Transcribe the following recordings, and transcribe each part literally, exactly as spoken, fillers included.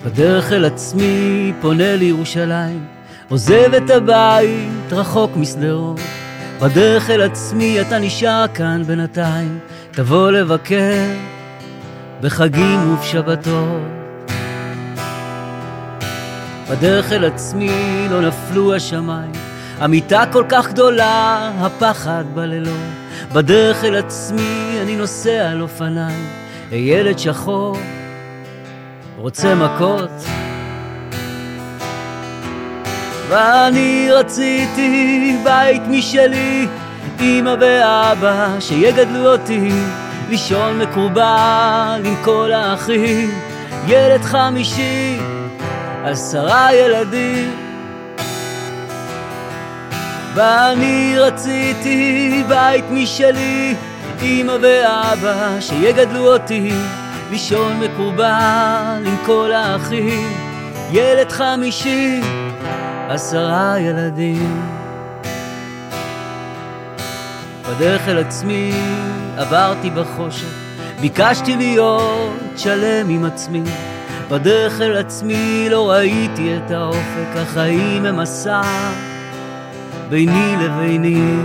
בדרך אל עצמי פונה לירושלים, עוזב את הבית רחוק מסדרות. בדרך אל עצמי אתה נשאר כאן בינתיים, תבוא לבקר בחגים ובשבתות. בדרך אל עצמי לא נפלו השמיים, המיטה כל כך גדולה, הפחד בלילות. בדרך אל עצמי אני נוסע על אופניים, ילד שחור רוצה מכות. ואני רציתי בית משלי, אמא ואבא שיגדלו אותי, לישון מקובל עם כל האחים, ילד חמישי, עשרה ילדים. ואני רציתי בית משלי, אמא ואבא שיגדלו אותי, לישון מקובל עם כל האחים, ילד חמישי, עשרה ילדים. בדרך אל עצמי עברתי בחושך, ביקשתי להיות שלם עם עצמי. בדרך אל עצמי לא ראיתי את האופק, החיים הם מסע ביני לביני.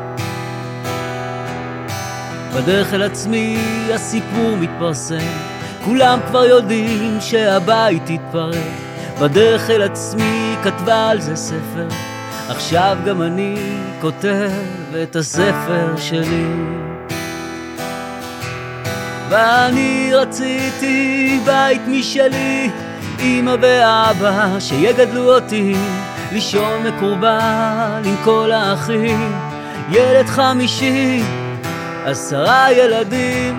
בדרך אל עצמי הסיפור מתפרסם, כולם כבר יודעים שהבית יתפרק. בדרך אל עצמי כתבה על זה ספר, עכשיו גם אני כותב את הספר שלי. ואני רציתי בית משלי, אמא ואבא שיגדלו אותי, לישון מקובל עם כל האחים, ילד חמישי, עשרה ילדים.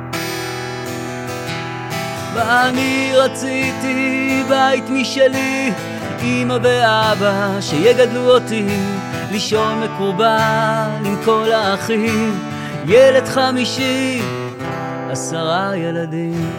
ואני רציתי בית משלי, אמא ואבא שיגדלו אותי, לישון מקובל עם כל האחים, ילד חמישי, עשרה ילדים.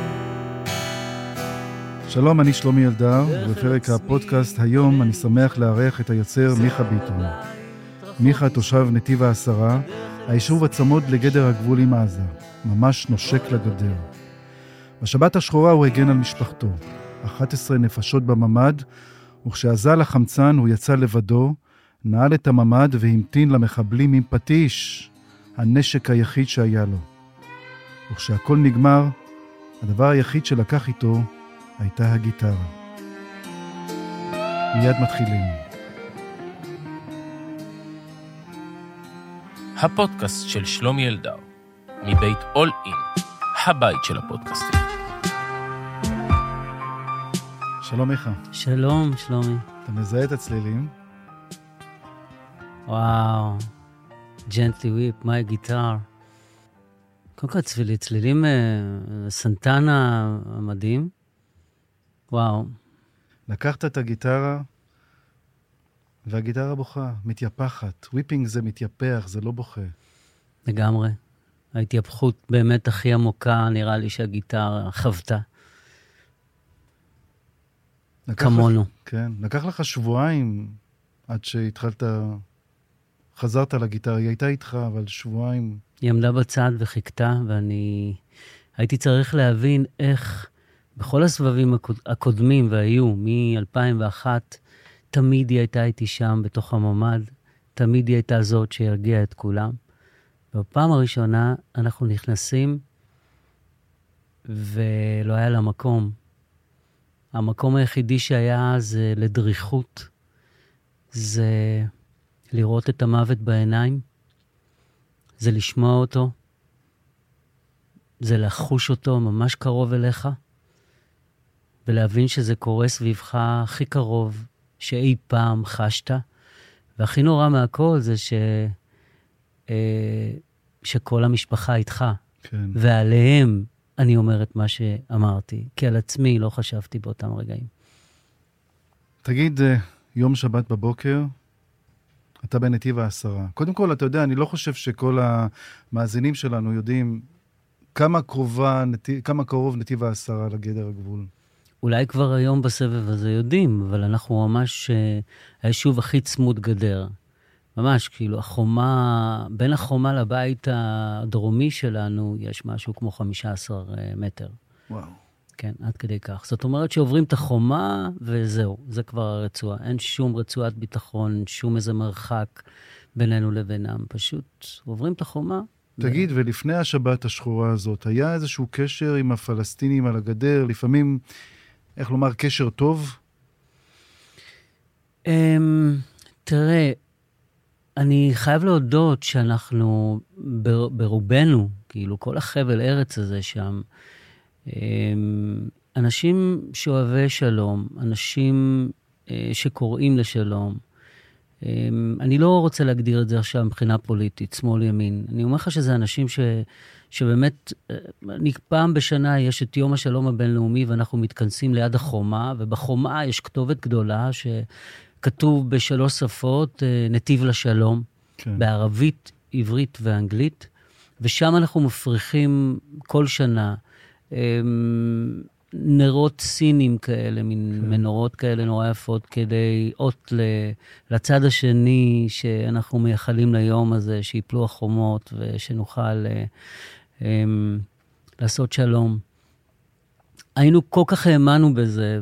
שלום, אני שלומי אלדר, ובפרק הפודקאסט היום אני שמח לארח את היוצר מיכה ביטון. מיכה תושב נתיב העשרה, היישוב הצמוד לגדר הגבול עם עזה, ממש נושק לגדר. בשבת השחורה הוא הגן על משפחתו, אחת עשרה נפשות בממד, וכשעזל החמצן הוא יצא לבדו, נעל את הממד והמתין למחבלים עם פטיש, הנשק היחיד שהיה לו. וכשהכל נגמר, הדבר היחיד שלקח איתו הייתה הגיטרה. מיד מתחילים. הפודקאסט של שלומי אלדר, מבית אול אין, הבית של הפודקאסטים. שלום מיכה. שלום שלומי. אתה מזהה את הצלילים? וואו, ג'נטלי וויפ, my guitar. קודם כל צלילים, צלילים סנטנה המדהים. וואו. לקחת את הגיטרה, והגיטרה בוכה, מתייפחת. וויפינג זה מתייפח, זה לא בוכה. לגמרי. ההתייפחות באמת הכי עמוקה, נראה לי שהגיטרה חוותה. כמונו. לך, כן, לקח לך שבועיים עד שהתחלת, חזרת לגיטרה, היא הייתה איתך, אבל שבועיים... היא עמדה בצד וחיכתה, ואני הייתי צריך להבין איך בכל הסבבים הקודמים, והיו מ-אלפיים ואחת, תמיד היא הייתה איתי שם בתוך הממד, תמיד היא הייתה זאת שהרגיעה את כולם. בפעם הראשונה אנחנו נכנסים, ולא היה לה מקום. המקום היחידי שהיה זה לדריכות, זה לראות את המוות בעיניים, זה לשמוע אותו, זה לחוש אותו ממש קרוב אליך, ולהבין שזה קורה סביבך הכי קרוב שאי פעם חשת, והכי נורא מהכל זה ש... שכל המשפחה איתך, כן. ועליהם אני אומר את מה שאמרתי, כי על עצמי לא חשבתי באותם רגעים. תגיד, יום שבת בבוקר, אתה בנתיב העשרה. קודם כל, אתה יודע, אני לא חושב שכל המאזינים שלנו יודעים כמה קרובה, כמה קרוב נתיב העשרה לגדר הגבול. אולי כבר היום בסבב הזה יודעים, אבל אנחנו ממש היישוב הכי צמוד גדר. ממש, כאילו, החומה, בין החומה לבית הדרומי שלנו, יש משהו כמו חמישה עשר מטר. וואו. כן, עד כדי כך. זאת אומרת שעוברים את החומה, וזהו, זה כבר הרצועה. אין שום רצועת ביטחון, שום איזה מרחק בינינו לבינם. פשוט עוברים את החומה. תגיד, ו... ולפני השבת השחורה הזאת, היה איזשהו קשר עם הפלסטינים על הגדר? לפעמים, איך לומר, קשר טוב? Um, תראה, אני חייב להודות שאנחנו בר, ברובנו, כאילו כל החבל ארץ הזה שם, אנשים שאוהבי שלום, אנשים שקוראים לשלום. אני לא רוצה להגדיר את זה עכשיו מבחינה פוליטית, שמאל ימין. אני אומר לך שזה אנשים ש, שבאמת, פעם בשנה יש את יום השלום הבינלאומי, ואנחנו מתכנסים ליד החומה, ובחומה יש כתובת גדולה שכתוב בשלוש שפות, נתיב לשלום, כן. בערבית, עברית ואנגלית, ושם אנחנו מפריחים כל שנה, נרות סינים כאלה, מין כן. מנורות כאלה נורא יפות, כדי אות לצד השני שאנחנו מייחלים ליום הזה, שיפלו החומות ושנוכל um, לעשות שלום. היינו כל כך האמנו בזה,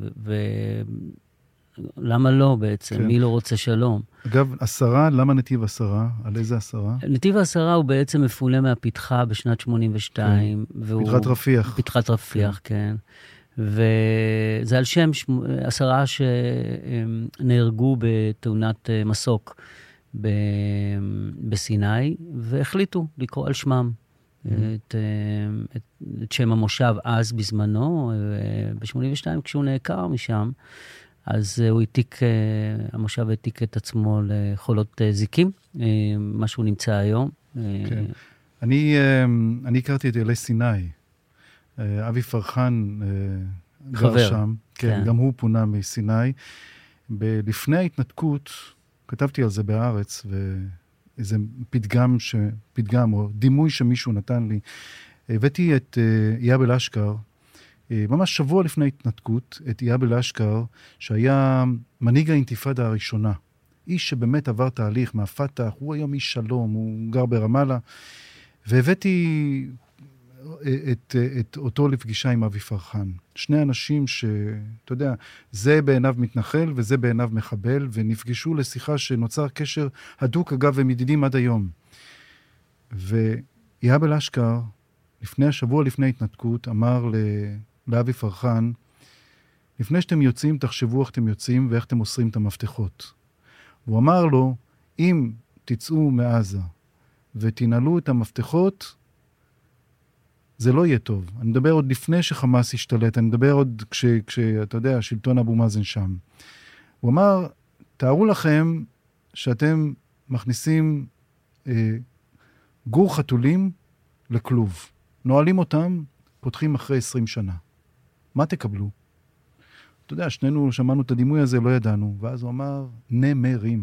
ולמה לא בעצם? כן. מי לא רוצה שלום? אגב, עשרה, למה נתיב עשרה? על איזה עשרה? נתיב העשרה הוא בעצם מפונה מהפתחה בשנת שמונים ושתיים. כן. פתחת רפיח. פתחת רפיח, כן. כן. וזה על שם עשרה שנהרגו בתאונת מסוק בסיני, והחליטו לקרוא על שמם mm-hmm. את, את, את שם המושב אז בזמנו, ב-שמונים ושתיים כשהוא נעקר משם, אז הוא העתיק, המושב העתיק את עצמו לחולות זיקים, מה שהוא נמצא היום. כן. אני, אני הכרתי את אלי סיני. אבי פרחן גר שם. כן, גם הוא פונה מסיני. לפני ההתנתקות, כתבתי על זה בארץ, ואיזה פתגם, ש, פתגם או דימוי שמישהו נתן לי. הבאתי את אייב אל-אשכר, ממש שבוע לפני התנתקות, את אייב אל-אשכר, שהיה מנהיג האינתיפאדה הראשונה. איש שבאמת עבר תהליך מהפתח, הוא היום איש שלום, הוא גר ברמאללה, והבאתי את, את אותו לפגישה עם אבי פרחן. שני אנשים שאתה יודע, זה בעיניו מתנחל וזה בעיניו מחבל, ונפגשו לשיחה שנוצר קשר הדוק, אגב, הם ידידים עד היום. ואייב אל-אשכר, לפני השבוע לפני התנתקות, אמר ל... לאבי פרחן, לפני שאתם יוצאים, תחשבו איך אתם יוצאים ואיך אתם מוסרים את המפתחות. הוא אמר לו, אם תצאו מעזה ותנעלו את המפתחות, זה לא יהיה טוב. אני מדבר עוד לפני שחמאס ישתלט, אני מדבר עוד כש, כש, אתה יודע, שלטון אבו מאזן שם. הוא אמר, תארו לכם שאתם מכניסים אה, גור חתולים לכלוב. נועלים אותם, פותחים אחרי עשרים שנה. מה תקבלו? אתה יודע, שנינו שמענו את הדימוי הזה, לא ידענו. ואז הוא אמר, נמרים.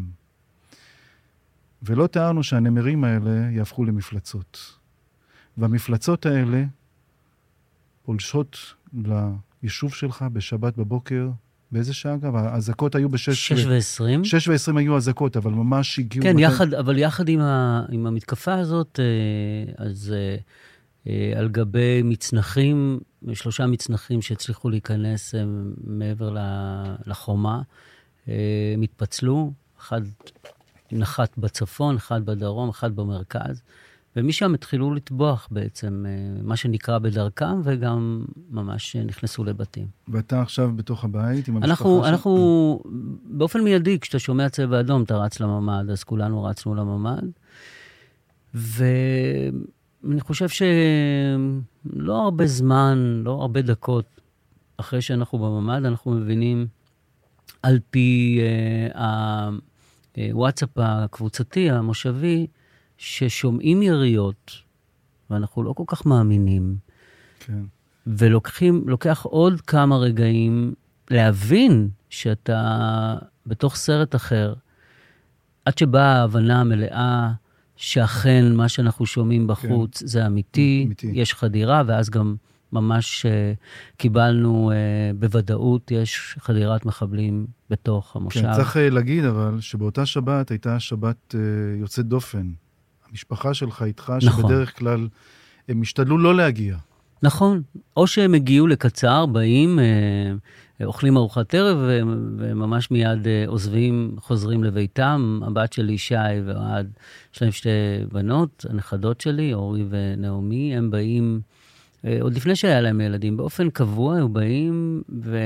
ולא תיארנו שהנמרים האלה יהפכו למפלצות. והמפלצות האלה פולשות ליישוב שלך בשבת בבוקר. באיזה שעה אגב? הזקות היו בשש... שש ועשרים? שש ועשרים היו הזקות, אבל ממש הגיעו... כן, יחד, אבל יחד עם, ה, עם המתקפה הזאת, אז... על גבי מצנחים, שלושה מצנחים שהצליחו להיכנס מעבר לחומה, מתפצלו, אחד נחת בצפון, אחד בדרום, אחד במרכז, ומשם התחילו לטבוח בעצם, מה שנקרא בדרכם, וגם ממש נכנסו לבתים. ואתה עכשיו בתוך הבית עם המשפחה אנחנו, שלך? אנחנו, באופן מיידי, כשאתה שומע צבע אדום, אתה רץ לממד, אז כולנו רצנו לממד, ו... אני חושב שלא הרבה זמן, לא הרבה דקות אחרי שאנחנו בממד, אנחנו מבינים על פי הוואטסאפ הקבוצתי, המושבי, ששומעים יריות, ואנחנו לא כל כך מאמינים. כן. ולוקחים, לוקח עוד כמה רגעים להבין שאתה בתוך סרט אחר, עד שבאה ההבנה המלאה, שאכן מה שאנחנו שומעים בחוץ כן. זה אמיתי, אמיתי, יש חדירה, ואז גם ממש uh, קיבלנו uh, בוודאות, יש חדירת מחבלים בתוך המושב. כן, צריך להגיד אבל שבאותה שבת הייתה שבת uh, יוצאת דופן. המשפחה שלך איתך, נכון. שבדרך כלל הם השתדלו לא להגיע. נכון, או שהם הגיעו לקצר, באים, אוכלים ארוחת ערב, וממש מיד עוזבים, חוזרים לביתם. הבת שלי, ישי ועד, יש להם שתי בנות, הנכדות שלי, אורי ונעמי, הם באים, עוד לפני שהיה להם ילדים, באופן קבוע, הם באים,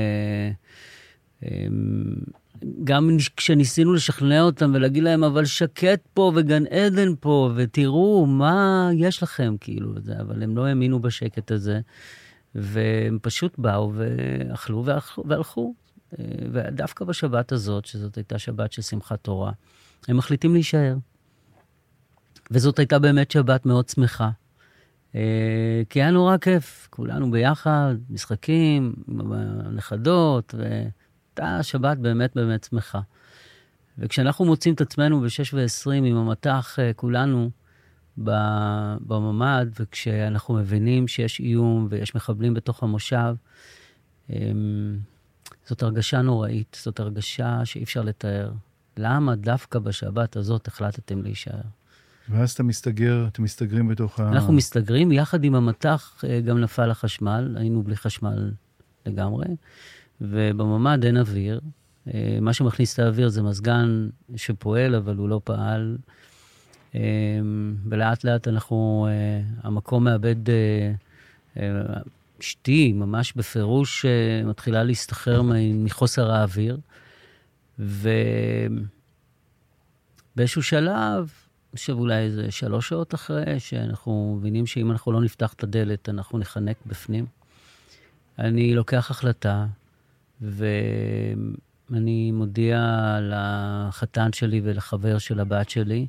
וגם כשניסינו לשכנע אותם ולהגיד להם, אבל שקט פה וגן עדן פה, ותראו מה יש לכם, כאילו, זה, אבל הם לא האמינו בשקט הזה, והם פשוט באו ואכלו והלכו. ודווקא בשבת הזאת, שזאת הייתה שבת של שמחת תורה, הם מחליטים להישאר. וזאת הייתה באמת שבת מאוד שמחה. כי היה נורא כיף, כולנו ביחד, משחקים, נכדות, והייתה שבת באמת באמת שמחה. וכשאנחנו מוצאים את עצמנו ב-שש ועשרים עם המתח כולנו בממד, וכשאנחנו מבינים שיש איום ויש מחבלים בתוך המושב, זאת הרגשה נוראית, זאת הרגשה שאי אפשר לתאר. למה דווקא בשבת הזאת החלטתם להישאר? ואז אתה מסתגר, אתם מסתגרים בתוך ה... אנחנו מסתגרים, יחד עם המתח גם נפל החשמל, היינו בלי חשמל לגמרי, ובממד אין אוויר. מה שמכניס את האוויר זה מזגן שפועל, אבל הוא לא פעל. ולאט לאט אנחנו, המקום מאבד, אשתי ממש בפירוש מתחילה להסתחרר מחוסר האוויר, ובאיזשהו שלב, אני חושב אולי איזה שלוש שעות אחרי, שאנחנו מבינים שאם אנחנו לא נפתח את הדלת, אנחנו נחנק בפנים. אני לוקח החלטה, ואני מודיע לחתן שלי ולחבר של הבת שלי,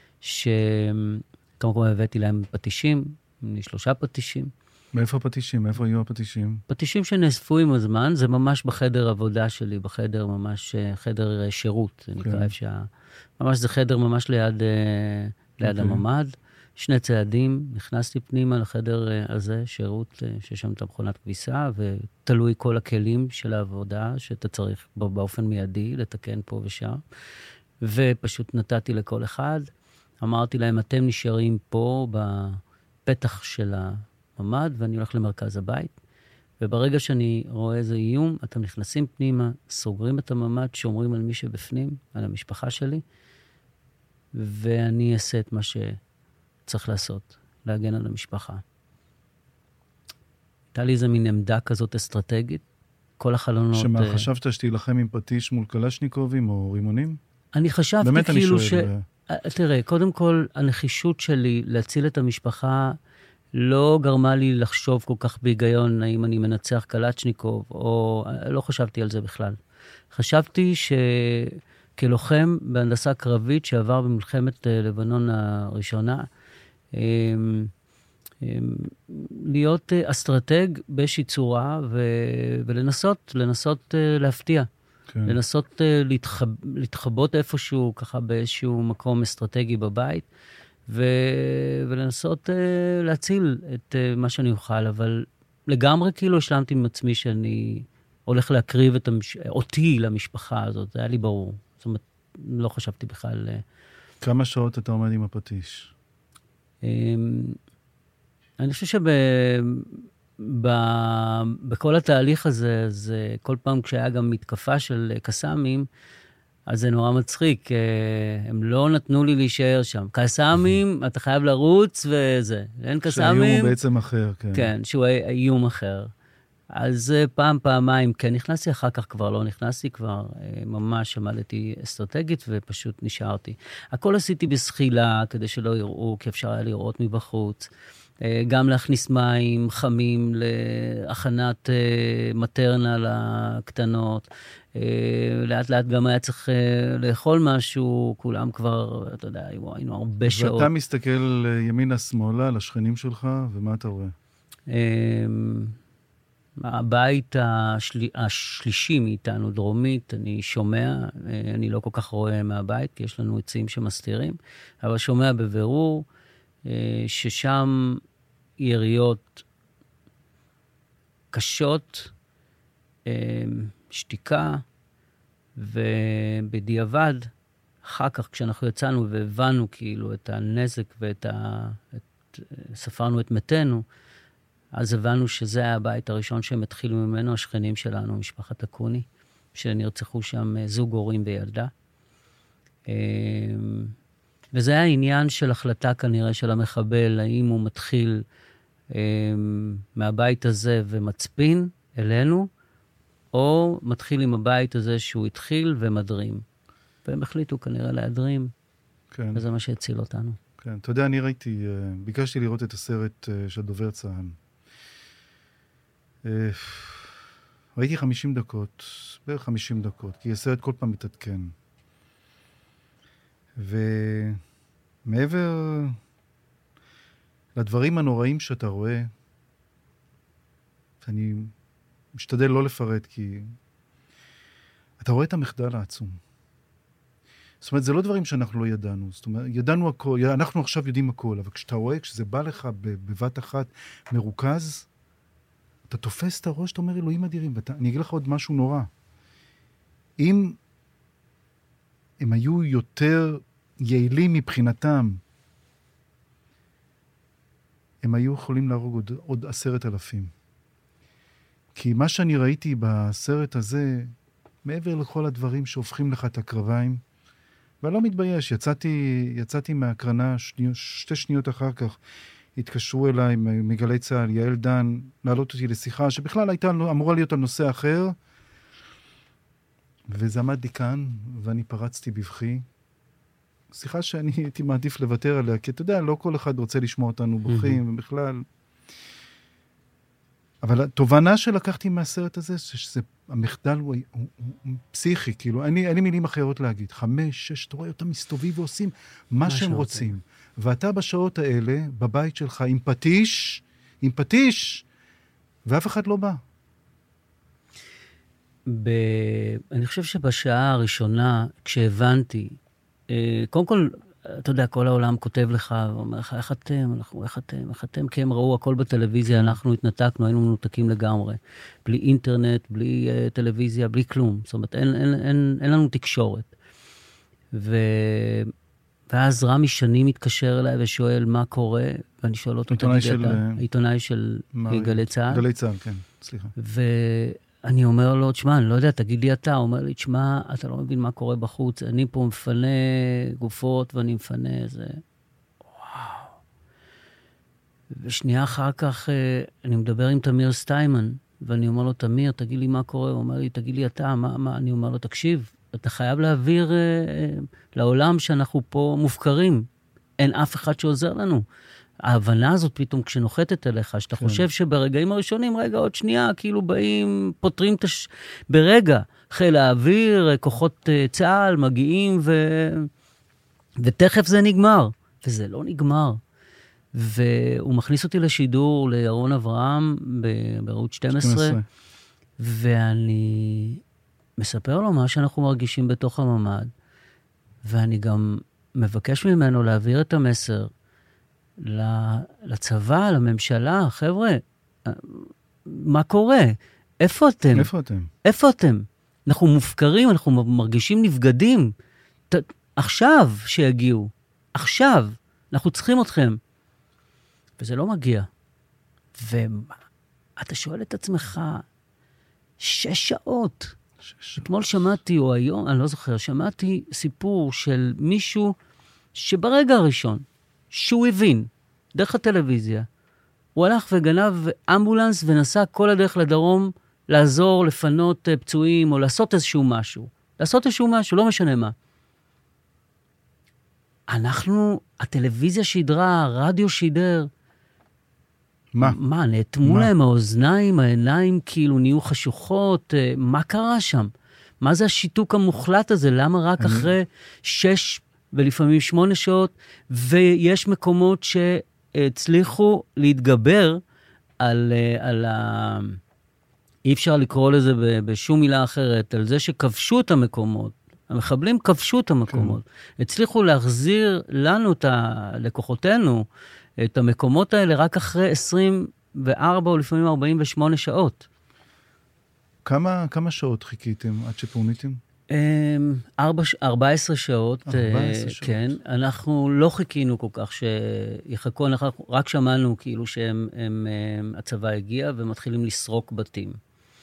שכמובן הבאתי להם פטישים, שלושה פטישים. מאיפה הפטישים? מאיפה היו הפטישים? פטישים שנאספו עם הזמן, זה ממש בחדר עבודה שלי, בחדר ממש, חדר שירות, זה נקרא אפשר. ממש זה חדר ממש ליד, ליד okay. הממד. שני צעדים, נכנסתי פנימה לחדר הזה, שירות, שיש שם את המכונת כביסה, ותלוי כל הכלים של העבודה, שאתה צריך באופן מיידי לתקן פה ושם. ופשוט נתתי לכל אחד. אמרתי להם, אתם נשארים פה בפתח של הממד, ואני הולך למרכז הבית. וברגע שאני רואה איזה איום, אתם נכנסים פנימה, סוגרים את הממד, שומרים על מי שבפנים, על המשפחה שלי, ואני אעשה את מה שצריך לעשות, להגן על המשפחה. הייתה לי איזה מין עמדה כזאת אסטרטגית, כל החלונות... שמה, uh... חשבת שתילחם עם פטיש מול קלשניקובים או רימונים? אני חשבתי כאילו ש... ו... תראה, קודם כל, הנחישות שלי להציל את המשפחה לא גרמה לי לחשוב כל כך בהיגיון האם אני מנצח קלצ'ניקוב, או לא חשבתי על זה בכלל. חשבתי שכלוחם בהנדסה קרבית שעבר במלחמת לבנון הראשונה, להיות אסטרטג באיזושהי צורה ולנסות, לנסות להפתיע. כן. לנסות להתחב... להתחבות איפשהו, ככה באיזשהו מקום אסטרטגי בבית, ו... ולנסות uh, להציל את uh, מה שאני אוכל, אבל לגמרי כאילו השלמתי עם עצמי שאני הולך להקריב את המש... אותי למשפחה הזאת, זה היה לי ברור. זאת אומרת, לא חשבתי בכלל... Uh... כמה שעות אתה עומד עם הפטיש? Um, אני חושב שב... ב... בכל התהליך הזה, אז כל פעם כשהיה גם מתקפה של קסאמים, אז זה נורא מצחיק. הם לא נתנו לי להישאר שם. קסאמים, אתה חייב לרוץ וזה. אין קסאמים. שהאיום הוא בעצם אחר, כן. כן, שהוא איום אחר. אז פעם, פעמיים, כן, נכנסתי, אחר כך כבר לא נכנסתי, כבר ממש עמדתי אסטרטגית ופשוט נשארתי. הכל עשיתי בסחילה, כדי שלא יראו, כי אפשר היה לראות מבחוץ. גם להכניס מים חמים להכנת מטרנה לקטנות. לאט לאט גם היה צריך לאכול משהו, כולם כבר, אתה יודע, היינו הרבה שעות. ואתה מסתכל ימינה שמאלה לשכנים שלך, ומה אתה רואה? הבית השל... השלישי מאיתנו, דרומית, אני שומע, אני לא כל כך רואה מהבית, כי יש לנו עצים שמסתירים, אבל שומע בבירור, ששם יריות קשות, שתיקה, ובדיעבד, אחר כך כשאנחנו יצאנו והבנו כאילו את הנזק ואת ה... את... ספרנו את מתנו, אז הבנו שזה היה הבית הראשון שהם התחילו ממנו, השכנים שלנו, משפחת אקוני, שנרצחו שם זוג הורים וילדה. וזה היה עניין של החלטה כנראה של המחבל, האם הוא מתחיל מהבית הזה ומצפין אלינו, או מתחיל עם הבית הזה שהוא התחיל ומדרים. והם החליטו כנראה להדרים, כן. וזה מה שהציל אותנו. כן, אתה יודע, אני ראיתי, ביקשתי לראות את הסרט של דובר צה"ל. ראיתי חמישים דקות, בערך חמישים דקות, כי הסרט כל פעם מתעדכן. ומעבר לדברים הנוראים שאתה רואה, אני משתדל לא לפרט, כי אתה רואה את המחדל העצום. זאת אומרת, זה לא דברים שאנחנו לא ידענו. זאת אומרת, ידענו הכל, אנחנו עכשיו יודעים הכל, אבל כשאתה רואה, כשזה בא לך בבת אחת מרוכז, אתה תופס את הראש, אתה אומר, אלוהים אדירים, ואני אגיד לך עוד משהו נורא. אם הם היו יותר יעילים מבחינתם, הם היו יכולים להרוג עוד, עוד עשרת אלפים. כי מה שאני ראיתי בסרט הזה, מעבר לכל הדברים שהופכים לך את הקרביים, ואני לא מתבייש, יצאתי, יצאתי מהקרנה שני, שתי שניות אחר כך, התקשרו אליי מגלי צהל, יעל דן, להעלות אותי לשיחה, שבכלל הייתה אמורה להיות על נושא אחר, וזה עמד לי כאן, ואני פרצתי בבכי. שיחה שאני הייתי מעדיף לוותר עליה, כי אתה יודע, לא כל אחד רוצה לשמוע אותנו בוכים, ובכלל. אבל התובנה שלקחתי מהסרט הזה, שזה, המחדל הוא, הוא, הוא, הוא פסיכי, כאילו, אין לי, אין לי מילים אחרות להגיד. חמש, שש, אתה רואה אותם מסתובבים ועושים מה שהם רוצים. ואתה בשעות האלה, בבית שלך, עם פטיש, עם פטיש, ואף אחד לא בא. ב... אני חושב שבשעה הראשונה, כשהבנתי, קודם כל, אתה יודע, כל העולם כותב לך, ואומר לך, איך אתם, אנחנו, איך אתם, איך אתם, כי הם ראו הכל בטלוויזיה, אנחנו התנתקנו, היינו מנותקים לגמרי, בלי אינטרנט, בלי uh, טלוויזיה, בלי כלום, זאת אומרת, אין, אין, אין, אין לנו תקשורת. ו... ואז רמי שני מתקשר אליי ושואל מה קורה, ואני שואל אותו, עיתונאי של... עיתונאי של גלי צהל. גלי צהל, כן, סליחה. ו... אני אומר לו, תשמע, אני לא יודע, תגיד לי אתה. הוא אומר לי, תשמע, אתה לא מבין מה קורה בחוץ. אני פה מפנה גופות ואני מפנה איזה... וואו. ושנייה אחר כך אני מדבר עם תמיר סטיימן, ואני אומר לו, תמיר, תגיד לי מה קורה. הוא אומר לי, תגיד לי אתה, מה, מה? אני אומר לו, תקשיב, אתה חייב להעביר אה, לעולם שאנחנו פה מופקרים. אין אף אחד שעוזר לנו. ההבנה הזאת פתאום כשנוחתת אליך, שאתה כן. חושב שברגעים הראשונים, רגע, עוד שנייה, כאילו באים, פותרים את הש... ברגע, חיל האוויר, כוחות צה"ל, מגיעים, ו... ותכף זה נגמר. וזה לא נגמר. והוא מכניס אותי לשידור לירון אברהם, בערוץ שתים עשרה, ואני מספר לו מה שאנחנו מרגישים בתוך הממ"ד, ואני גם מבקש ממנו להעביר את המסר, לצבא, לממשלה, חבר'ה, מה קורה? איפה אתם? איפה אתם? איפה אתם? אנחנו מופקרים, אנחנו מרגישים נבגדים. ת, עכשיו שיגיעו, עכשיו, אנחנו צריכים אתכם. וזה לא מגיע. ואתה שואל את עצמך, שש שעות. שש אתמול שמעתי, או היום, אני לא זוכר, שמעתי סיפור של מישהו שברגע הראשון, שהוא הבין, דרך הטלוויזיה, הוא הלך וגנב אמבולנס ונסע כל הדרך לדרום לעזור, לפנות פצועים, או לעשות איזשהו משהו. לעשות איזשהו משהו, לא משנה מה. אנחנו, הטלוויזיה שידרה, הרדיו שידר. מה? מה, נאטמו להם האוזניים, העיניים כאילו נהיו חשוכות, מה קרה שם? מה זה השיתוק המוחלט הזה? למה רק אני... אחרי שש ולפעמים שמונה שעות, ויש מקומות שהצליחו להתגבר על, על ה... אי אפשר לקרוא לזה בשום מילה אחרת, על זה שכבשו את המקומות. המחבלים כבשו את המקומות. כן. הצליחו להחזיר לנו, את ה... לקוחותינו, את המקומות האלה רק אחרי עשרים וארבע או לפעמים ארבעים ושמונה שעות. כמה, כמה שעות חיכיתם עד שפוניתם? ארבע עשרה שעות, ארבע עשרה שעות. כן. אנחנו לא חיכינו כל כך שיחכו, אנחנו רק שמענו כאילו שהצבא הגיע ומתחילים לסרוק בתים.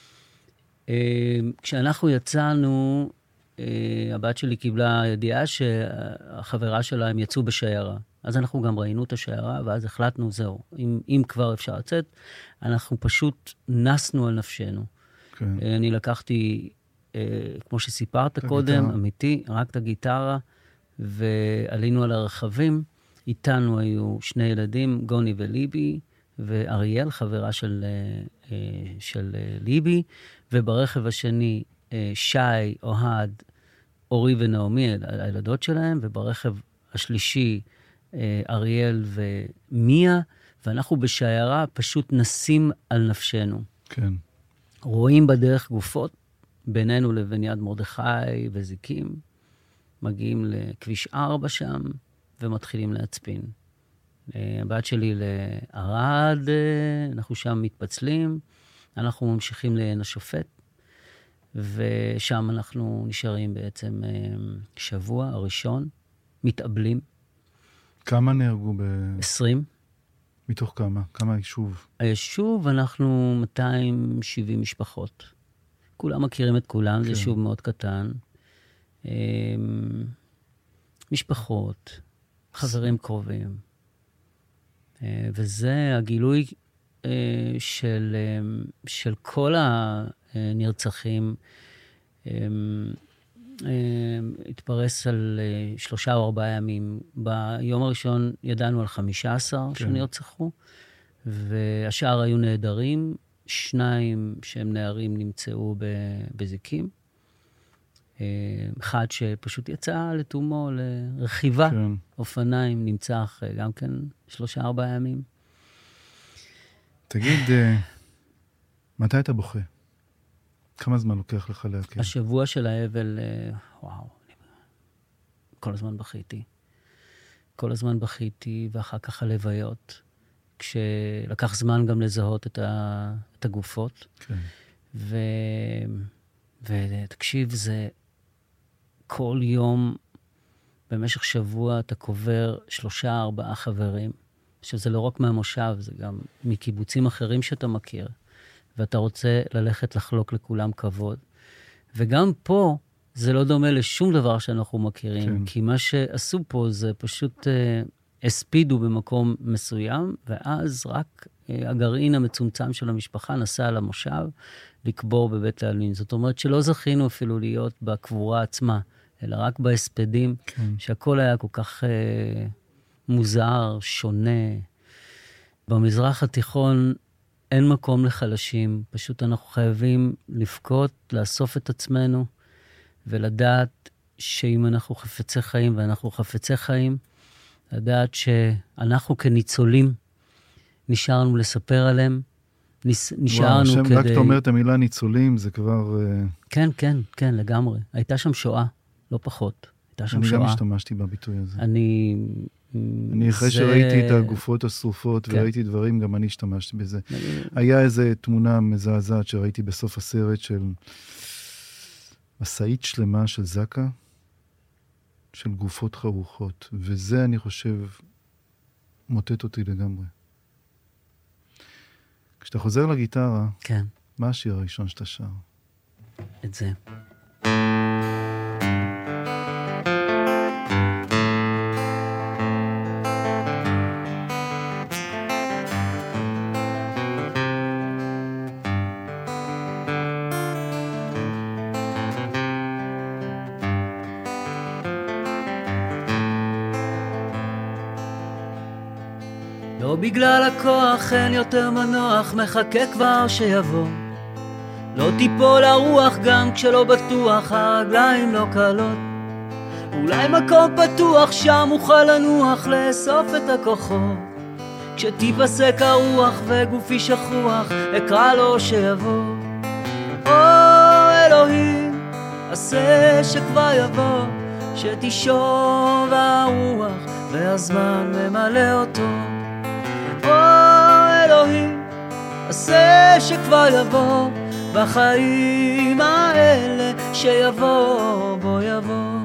כשאנחנו יצאנו, הבת שלי קיבלה ידיעה שהחברה שלה הם יצאו בשיירה. אז אנחנו גם ראינו את השיירה, ואז החלטנו, זהו, אם, אם כבר אפשר לצאת, אנחנו פשוט נסנו על נפשנו. כן. אני לקחתי, כמו שסיפרת קודם, הגיטרה. אמיתי, רק את הגיטרה, ועלינו על הרכבים. איתנו היו שני ילדים, גוני וליבי, ואריאל, חברה של, של ליבי, וברכב השני, שי, אוהד, אורי ונעמי, הילדות שלהם, וברכב השלישי, אריאל ומיה, ואנחנו בשיירה פשוט נסים על נפשנו. כן. רואים בדרך גופות, בינינו לבין יד מרדכי וזיקים, מגיעים לכביש ארבע שם, ומתחילים להצפין. הבת שלי לערד, אנחנו שם מתפצלים, אנחנו ממשיכים לעין השופט, ושם אנחנו נשארים בעצם שבוע הראשון, מתאבלים. כמה נהרגו ב... עשרים. מתוך כמה? כמה היישוב? היישוב, אנחנו מאתיים ושבעים משפחות. כולם מכירים את כולם, כן. זה יישוב מאוד קטן. משפחות, חברים קרובים. וזה הגילוי של, של כל הנרצחים, התפרס על שלושה או ארבעה ימים. ביום הראשון ידענו על חמישה עשר כן. שנרצחו, והשאר היו נהדרים. שניים שהם נערים נמצאו בזיקים. אחד שפשוט יצא לתומו לרכיבה, כן. אופניים, נמצא אחרי גם כן שלושה ארבעה ימים. תגיד, מתי אתה בוכה? כמה זמן לוקח לך להכיר? השבוע של האבל, וואו, כל הזמן בכיתי. כל הזמן בכיתי, ואחר כך הלוויות, כשלקח זמן גם לזהות את, ה, את הגופות. כן. ו, ותקשיב, זה כל יום, במשך שבוע, אתה קובר שלושה, ארבעה חברים. עכשיו, זה לא רק מהמושב, זה גם מקיבוצים אחרים שאתה מכיר. ואתה רוצה ללכת לחלוק לכולם כבוד. וגם פה, זה לא דומה לשום דבר שאנחנו מכירים, כן. כי מה שעשו פה זה פשוט אה, הספידו במקום מסוים, ואז רק אה, הגרעין המצומצם של המשפחה נסע למושב לקבור בבית העלמין. זאת אומרת שלא זכינו אפילו להיות בקבורה עצמה, אלא רק בהספדים, כן. שהכל היה כל כך אה, מוזר, שונה. במזרח התיכון, אין מקום לחלשים, פשוט אנחנו חייבים לבכות, לאסוף את עצמנו, ולדעת שאם אנחנו חפצי חיים, ואנחנו חפצי חיים, לדעת שאנחנו כניצולים, נשארנו לספר עליהם, נשארנו וואו, כדי... רק אתה אומר את המילה ניצולים, זה כבר... כן, כן, כן, לגמרי. הייתה שם שואה, לא פחות. הייתה שם אני שואה. גם השתמשתי בביטוי הזה. אני... אני אחרי זה... שראיתי את הגופות השרופות, כן. וראיתי דברים, גם אני השתמשתי בזה. אני... היה איזו תמונה מזעזעת שראיתי בסוף הסרט של מסעית שלמה של זקה, של גופות חרוכות, וזה אני חושב מוטט אותי לגמרי. כשאתה חוזר לגיטרה, כן. מה השיר הראשון שאתה שר? את זה. לא בגלל הכוח אין יותר מנוח, מחכה כבר שיבוא. לא תיפול הרוח גם כשלא בטוח, הרגליים לא קלות. אולי מקום פתוח שם אוכל לנוח, לאסוף את הכוחות. כשתיפסק הרוח וגופי שכוח, אקרא לו שיבוא. או אלוהים, עשה שכבר יבוא, שתשוב הרוח והזמן ממלא אותו. או אלוהים, עשה שכבר יבוא, בחיים האלה שיבוא, בוא יבוא.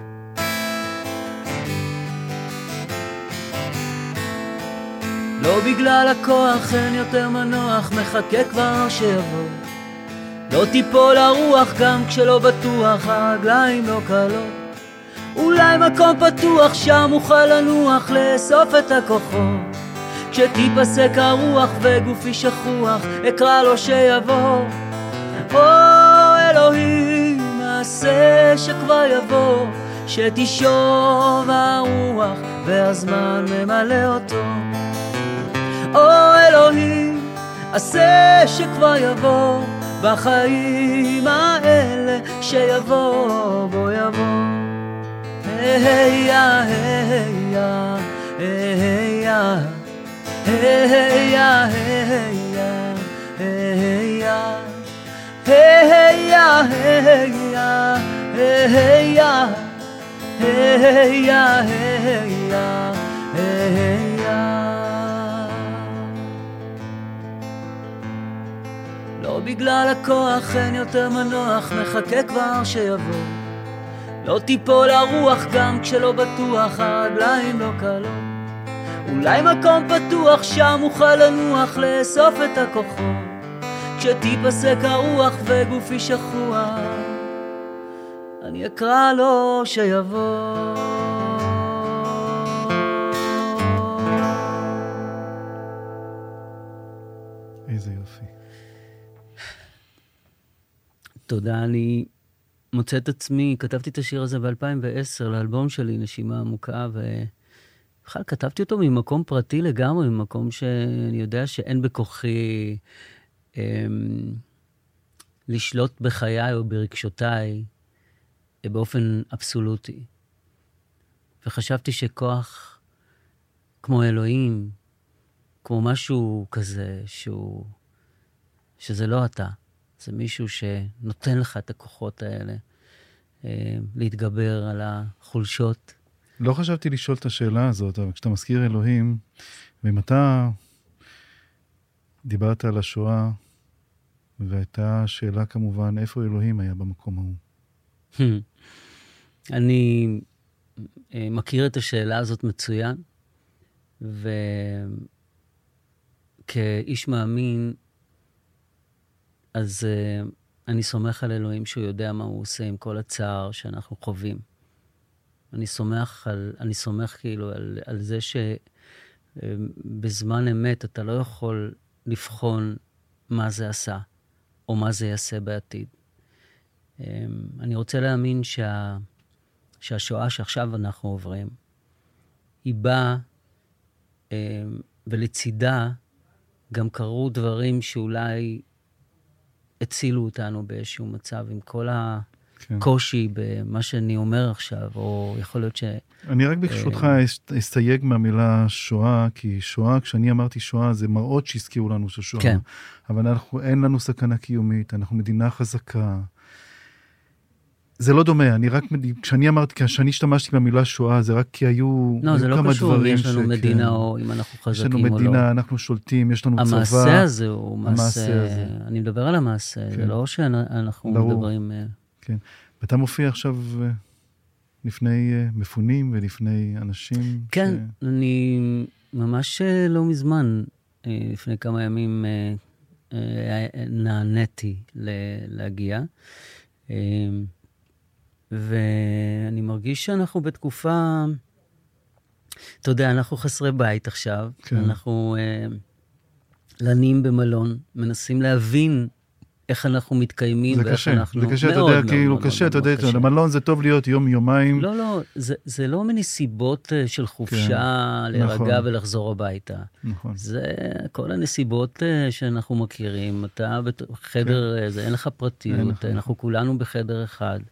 לא בגלל הכוח אין יותר מנוח, מחכה כבר שיבוא. לא תיפול הרוח גם כשלא בטוח, הרגליים לא קלות. אולי מקום פתוח שם אוכל לנוח, לאסוף את הכוחות. כשתיפסק הרוח וגופי שכוח, אקרא לו שיבוא. או אלוהים, מעשה שכבר יבוא, שתשוב הרוח והזמן ממלא אותו. או אלוהים, עשה שכבר יבוא, בחיים האלה שיבוא, בוא יבוא. היי יא, היי יא, היי יא, היי יא, היי יא, היי יא, היי יא, היי יא, היי יא, היי יא, היי יא, היי יא. לא בגלל הכוח אין יותר מנוח, מחכה כבר שיבוא. לא תיפול הרוח גם כשלא בטוח, הרגליים לא קלות. אולי מקום פתוח שם אוכל לנוח, לאסוף את הכוחות. כשתיפסק הרוח וגופי שכוח, אני אקרא לו שיבוא. איזה יופי. תודה, אני מוצא את עצמי, כתבתי את השיר הזה ב-אלפיים ועשר לאלבום שלי, נשימה עמוקה, ובכלל כתבתי אותו ממקום פרטי לגמרי, ממקום שאני יודע שאין בכוחי אמ, לשלוט בחיי או ברגשותיי באופן אבסולוטי. וחשבתי שכוח כמו אלוהים, כמו משהו כזה, שהוא, שזה לא אתה. זה מישהו שנותן לך את הכוחות האלה, אה, להתגבר על החולשות. לא חשבתי לשאול את השאלה הזאת, אבל כשאתה מזכיר אלוהים, ואם אתה דיברת על השואה, והייתה שאלה כמובן, איפה אלוהים היה במקום ההוא? אני אה, מכיר את השאלה הזאת מצוין, וכאיש מאמין, אז uh, אני סומך על אלוהים שהוא יודע מה הוא עושה עם כל הצער שאנחנו חווים. אני סומך, על, אני סומך כאילו על, על זה שבזמן uh, אמת אתה לא יכול לבחון מה זה עשה, או מה זה יעשה בעתיד. Um, אני רוצה להאמין שה, שהשואה שעכשיו אנחנו עוברים, היא באה, um, ולצידה גם קרו דברים שאולי הצילו אותנו באיזשהו מצב, עם כל הקושי כן. במה שאני אומר עכשיו, או יכול להיות ש... אני רק ברשותך אסתייג מהמילה שואה, כי שואה, כשאני אמרתי שואה, זה מראות שהזכירו לנו ששואה. כן. אבל אנחנו, אין לנו סכנה קיומית, אנחנו מדינה חזקה. זה לא דומה, אני רק, כשאני אמרתי, כשאני השתמשתי במילה שואה, זה רק כי היו לא, זה לא קשור אם יש לנו מדינה או אם אנחנו חזקים או לא. יש לנו מדינה, אנחנו שולטים, יש לנו צבא. המעשה הזה הוא מעשה, אני מדבר על המעשה, זה לא שאנחנו מדברים... כן, ואתה מופיע עכשיו לפני מפונים ולפני אנשים? כן, אני ממש לא מזמן, לפני כמה ימים נעניתי להגיע, ואני מרגיש שאנחנו בתקופה, אתה יודע, אנחנו חסרי בית עכשיו, כן. אנחנו אה, לנים במלון, מנסים להבין איך אנחנו מתקיימים, זה ואיך קשה, אנחנו... זה קשה, מאוד, אתה יודע, מאוד, כאילו מאוד, קשה, מאוד, אתה יודע, למלון זה טוב להיות יום, יומיים. לא, לא, זה, זה לא מנסיבות של חופשה, כן. להירגע נכון. ולחזור הביתה. נכון. זה כל הנסיבות שאנחנו מכירים, אתה בחדר, כן. זה, אין לך פרטיות, אין אנחנו לך. כולנו בחדר אחד.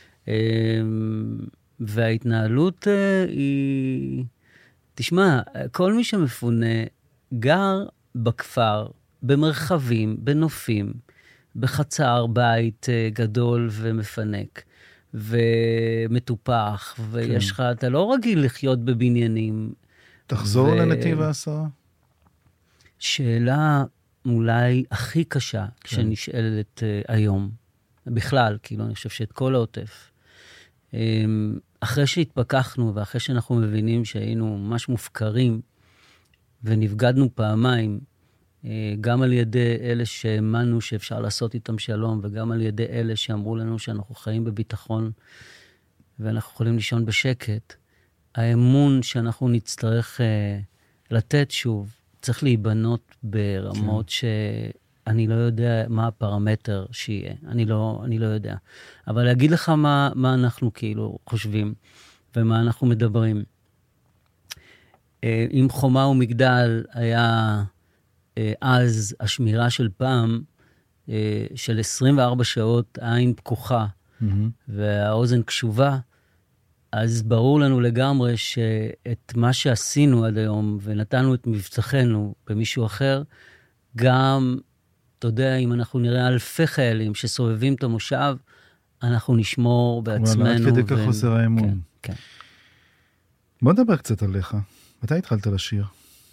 וההתנהלות היא, תשמע, כל מי שמפונה גר בכפר, במרחבים, בנופים, בחצר בית גדול ומפנק, ומטופח, ויש לך, אתה לא רגיל לחיות בבניינים. תחזור ו... לנתיב העשרה? שאלה אולי הכי קשה, כן. שנשאלת היום. בכלל, כאילו, אני חושב שאת כל העוטף. אחרי שהתפכחנו, ואחרי שאנחנו מבינים שהיינו ממש מופקרים, ונפגדנו פעמיים, גם על ידי אלה שהאמנו שאפשר לעשות איתם שלום, וגם על ידי אלה שאמרו לנו שאנחנו חיים בביטחון, ואנחנו יכולים לישון בשקט. האמון שאנחנו נצטרך uh, לתת שוב, צריך להיבנות ברמות כן. שאני לא יודע מה הפרמטר שיהיה. אני לא, אני לא יודע. אבל להגיד לך מה, מה אנחנו כאילו חושבים, ומה אנחנו מדברים. Uh, אם חומה ומגדל היה uh, אז השמירה של פעם, uh, של עשרים וארבע שעות העין פקוחה, mm-hmm. והאוזן קשובה, אז ברור לנו לגמרי שאת מה שעשינו עד היום, ונתנו את מבטחנו במישהו אחר, גם, אתה יודע, אם אנחנו נראה אלפי חיילים שסובבים את המושב, אנחנו נשמור בעצמנו. אבל עד כדי כך חוסר האמון. כן, כן. בוא נדבר קצת עליך. מתי התחלת לשיר?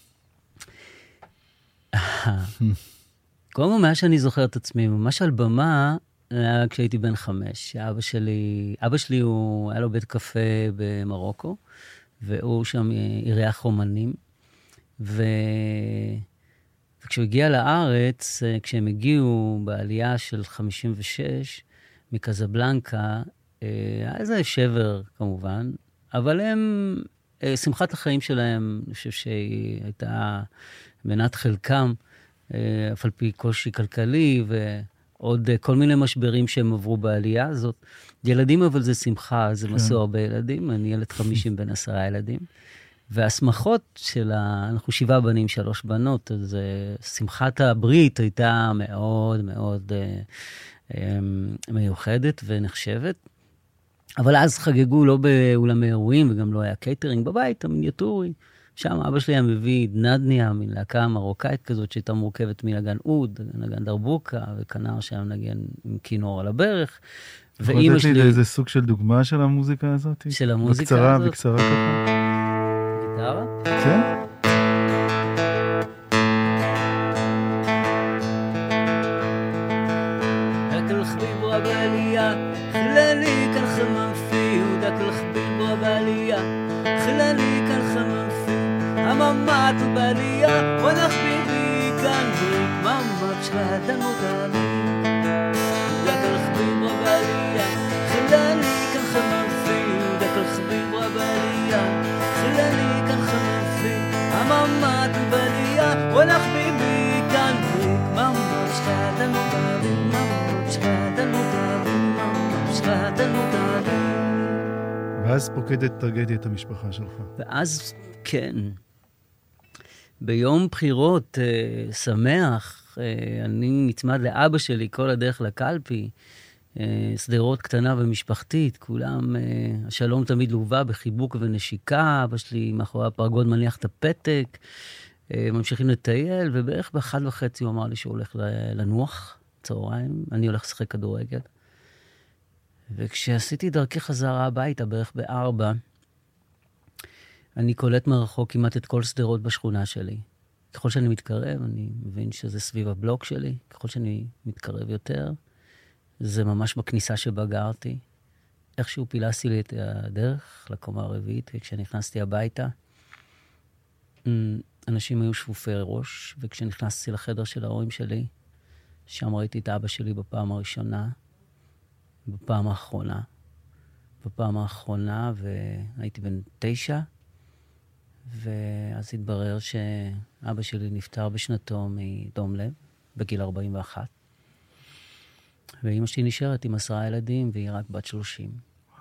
קודם כל, מה שאני זוכר את עצמי, ממש על במה, היה כשהייתי בן חמש, אבא שלי, אבא שלי הוא, היה לו בית קפה במרוקו, והוא שם אירח אומנים, ו... וכשהוא הגיע לארץ, כשהם הגיעו בעלייה של חמישים ושש, מקזבלנקה, היה איזה שבר כמובן, אבל הם, שמחת החיים שלהם, אני חושב שהיא הייתה מנת חלקם, אף על פי קושי כלכלי, ו... עוד כל מיני משברים שהם עברו בעלייה הזאת. ילדים, אבל זה שמחה, זה מסו הרבה ילדים. אני ילד חמישים בין עשרה ילדים. והשמחות של ה... אנחנו שבעה בנים, שלוש בנות, אז שמחת הברית הייתה מאוד מאוד מיוחדת ונחשבת. אבל אז חגגו לא באולמי אירועים, וגם לא היה קייטרינג בבית, המיניאטורי. שם אבא שלי היה מביא נדניה, מין להקה מרוקאית כזאת, שהייתה מורכבת מנגן אוד, נגן דרבוקה, וכנר שהיה מנגן עם כינור על הברך. ואמא שלי... יכול לתת לי איזה סוג של דוגמה של המוזיקה הזאת? של המוזיקה בקצרה, הזאת? בקצרה ככה. גיטרה? כן. דקל חביב רבליה, חללי כאן חממפי, ודקל חביב רבליה, חללי כאן חממפי. הממת ובעלייה, ונחביבי כאן ברית ממש שלנו תעלי. דקל חביב רבליה, חללי כאן חממפי, דקל חביב רבליה, חללי כאן חממפי. הממת ובעלייה, ונחביבי כאן ברית ממש שלנו תעלי, ממש שלנו תעלי, ממש שלנו תעלי. ואז פוקדת טרגדיית המשפחה שלך. ואז, כן. ביום בחירות אה, שמח, אה, אני נצמד לאבא שלי כל הדרך לקלפי, אה, סדרות קטנה ומשפחתית, כולם, אה, השלום תמיד לובה בחיבוק ונשיקה, אבא שלי מאחורי הפרגוד מניח את הפתק, אה, ממשיכים לטייל, ובערך באחד וחצי הוא אמר לי שהוא הולך לנוח, צהריים, אני הולך לשחק כדורגל. וכשעשיתי דרכי חזרה הביתה, בערך בארבע, אני קולט מרחוק כמעט את כל סדרות בשכונה שלי. ככל שאני מתקרב, אני מבין שזה סביב הבלוק שלי. ככל שאני מתקרב יותר, זה ממש בכניסה שבה גרתי. איכשהו פילסתי לי את הדרך לקומה הרביעית, וכשנכנסתי הביתה, אנשים היו שפופי ראש, וכשנכנסתי לחדר של ההורים שלי, שם ראיתי את אבא שלי בפעם הראשונה, בפעם האחרונה. בפעם האחרונה, והייתי בן תשע, ואז התברר שאבא שלי נפטר בשנתו מדום לב, בגיל ארבעים ואחת. ואמא שלי נשארת עם עשרה ילדים, והיא רק בת שלושים.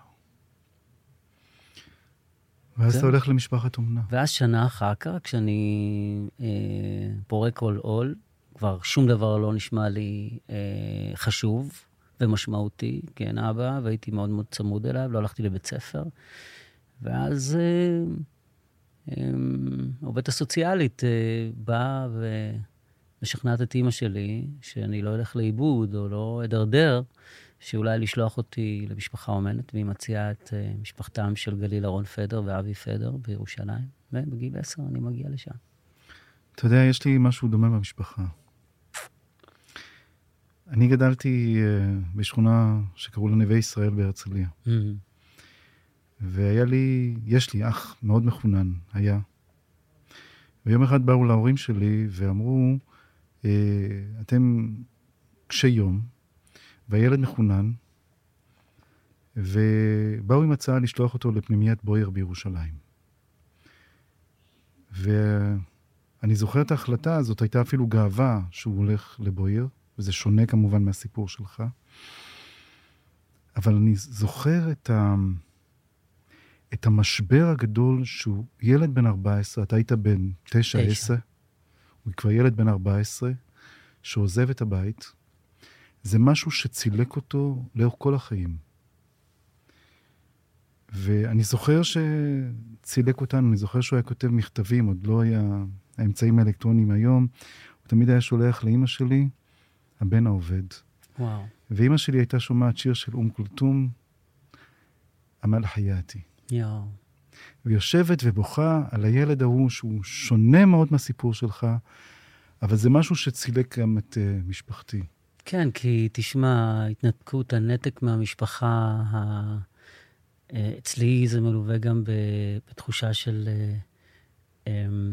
ואז אתה הולך למשפחת אומנה. ואז שנה אחר כך, כשאני אה, פורק כל עול, כבר שום דבר לא נשמע לי אה, חשוב ומשמעותי, כן, אבא, והייתי מאוד מאוד צמוד אליו, לא הלכתי לבית ספר. ואז אה, אה, עובדת הסוציאלית אה, באה ומשכנעת את אמא שלי, שאני לא אלך לאיבוד או לא אדרדר, שאולי לשלוח אותי למשפחה אומנת, והיא מציעה את uh, משפחתם של גליל אהרון פדר ואבי פדר בירושלים, ובגיל עשר אני מגיע לשם. אתה יודע, יש לי משהו דומה במשפחה. אני גדלתי uh, בשכונה שקראו לה נווה ישראל בהרצליה. Mm-hmm. והיה לי, יש לי אח מאוד מחונן, היה. ויום אחד באו להורים שלי ואמרו, אה, אתם קשי יום, והילד מחונן, ובאו עם הצעה לשלוח אותו לפנימיית בויר בירושלים. ואני זוכר את ההחלטה הזאת, הייתה אפילו גאווה שהוא הולך לבויר, וזה שונה כמובן מהסיפור שלך. אבל אני זוכר את ה... את המשבר הגדול שהוא ילד בן ארבע עשרה, אתה היית בן תשע עשרה, הוא כבר ילד בן ארבע עשרה, שעוזב את הבית, זה משהו שצילק אותו לאורך כל החיים. ואני זוכר שצילק אותנו, אני זוכר שהוא היה כותב מכתבים, עוד לא היה האמצעים האלקטרוניים היום, הוא תמיד היה שולח לאמא שלי, הבן העובד. וואו. ואמא שלי הייתה שומעת שיר של אום כולתום, אמל חייאתי. יאו. ויושבת ובוכה על הילד ההוא שהוא שונה מאוד מהסיפור שלך, אבל זה משהו שצילק גם את uh, משפחתי. כן, כי תשמע, התנתקות, הנתק מהמשפחה, ה... אצלי זה מלווה גם בתחושה של um,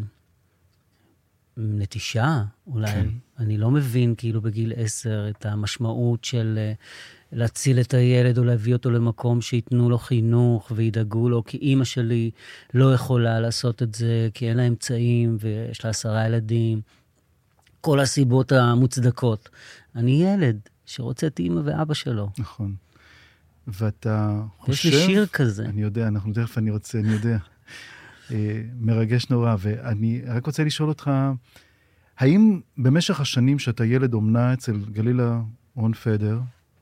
נטישה, אולי. כן. אני לא מבין כאילו בגיל עשר את המשמעות של להציל את הילד או להביא אותו למקום שיתנו לו חינוך וידאגו לו, כי אמא שלי לא יכולה לעשות את זה, כי אין לה אמצעים ויש לה עשרה ילדים. כל הסיבות המוצדקות. אני ילד שרוצה את אמא ואבא שלו. נכון. ואתה חושב... יש לי שיר כזה. אני יודע, אנחנו תכף אני רוצה, אני יודע. מרגש נורא, ואני רק רוצה לשאול אותך, האם במשך השנים שאתה ילד אומנה אצל גלילה רון פדר,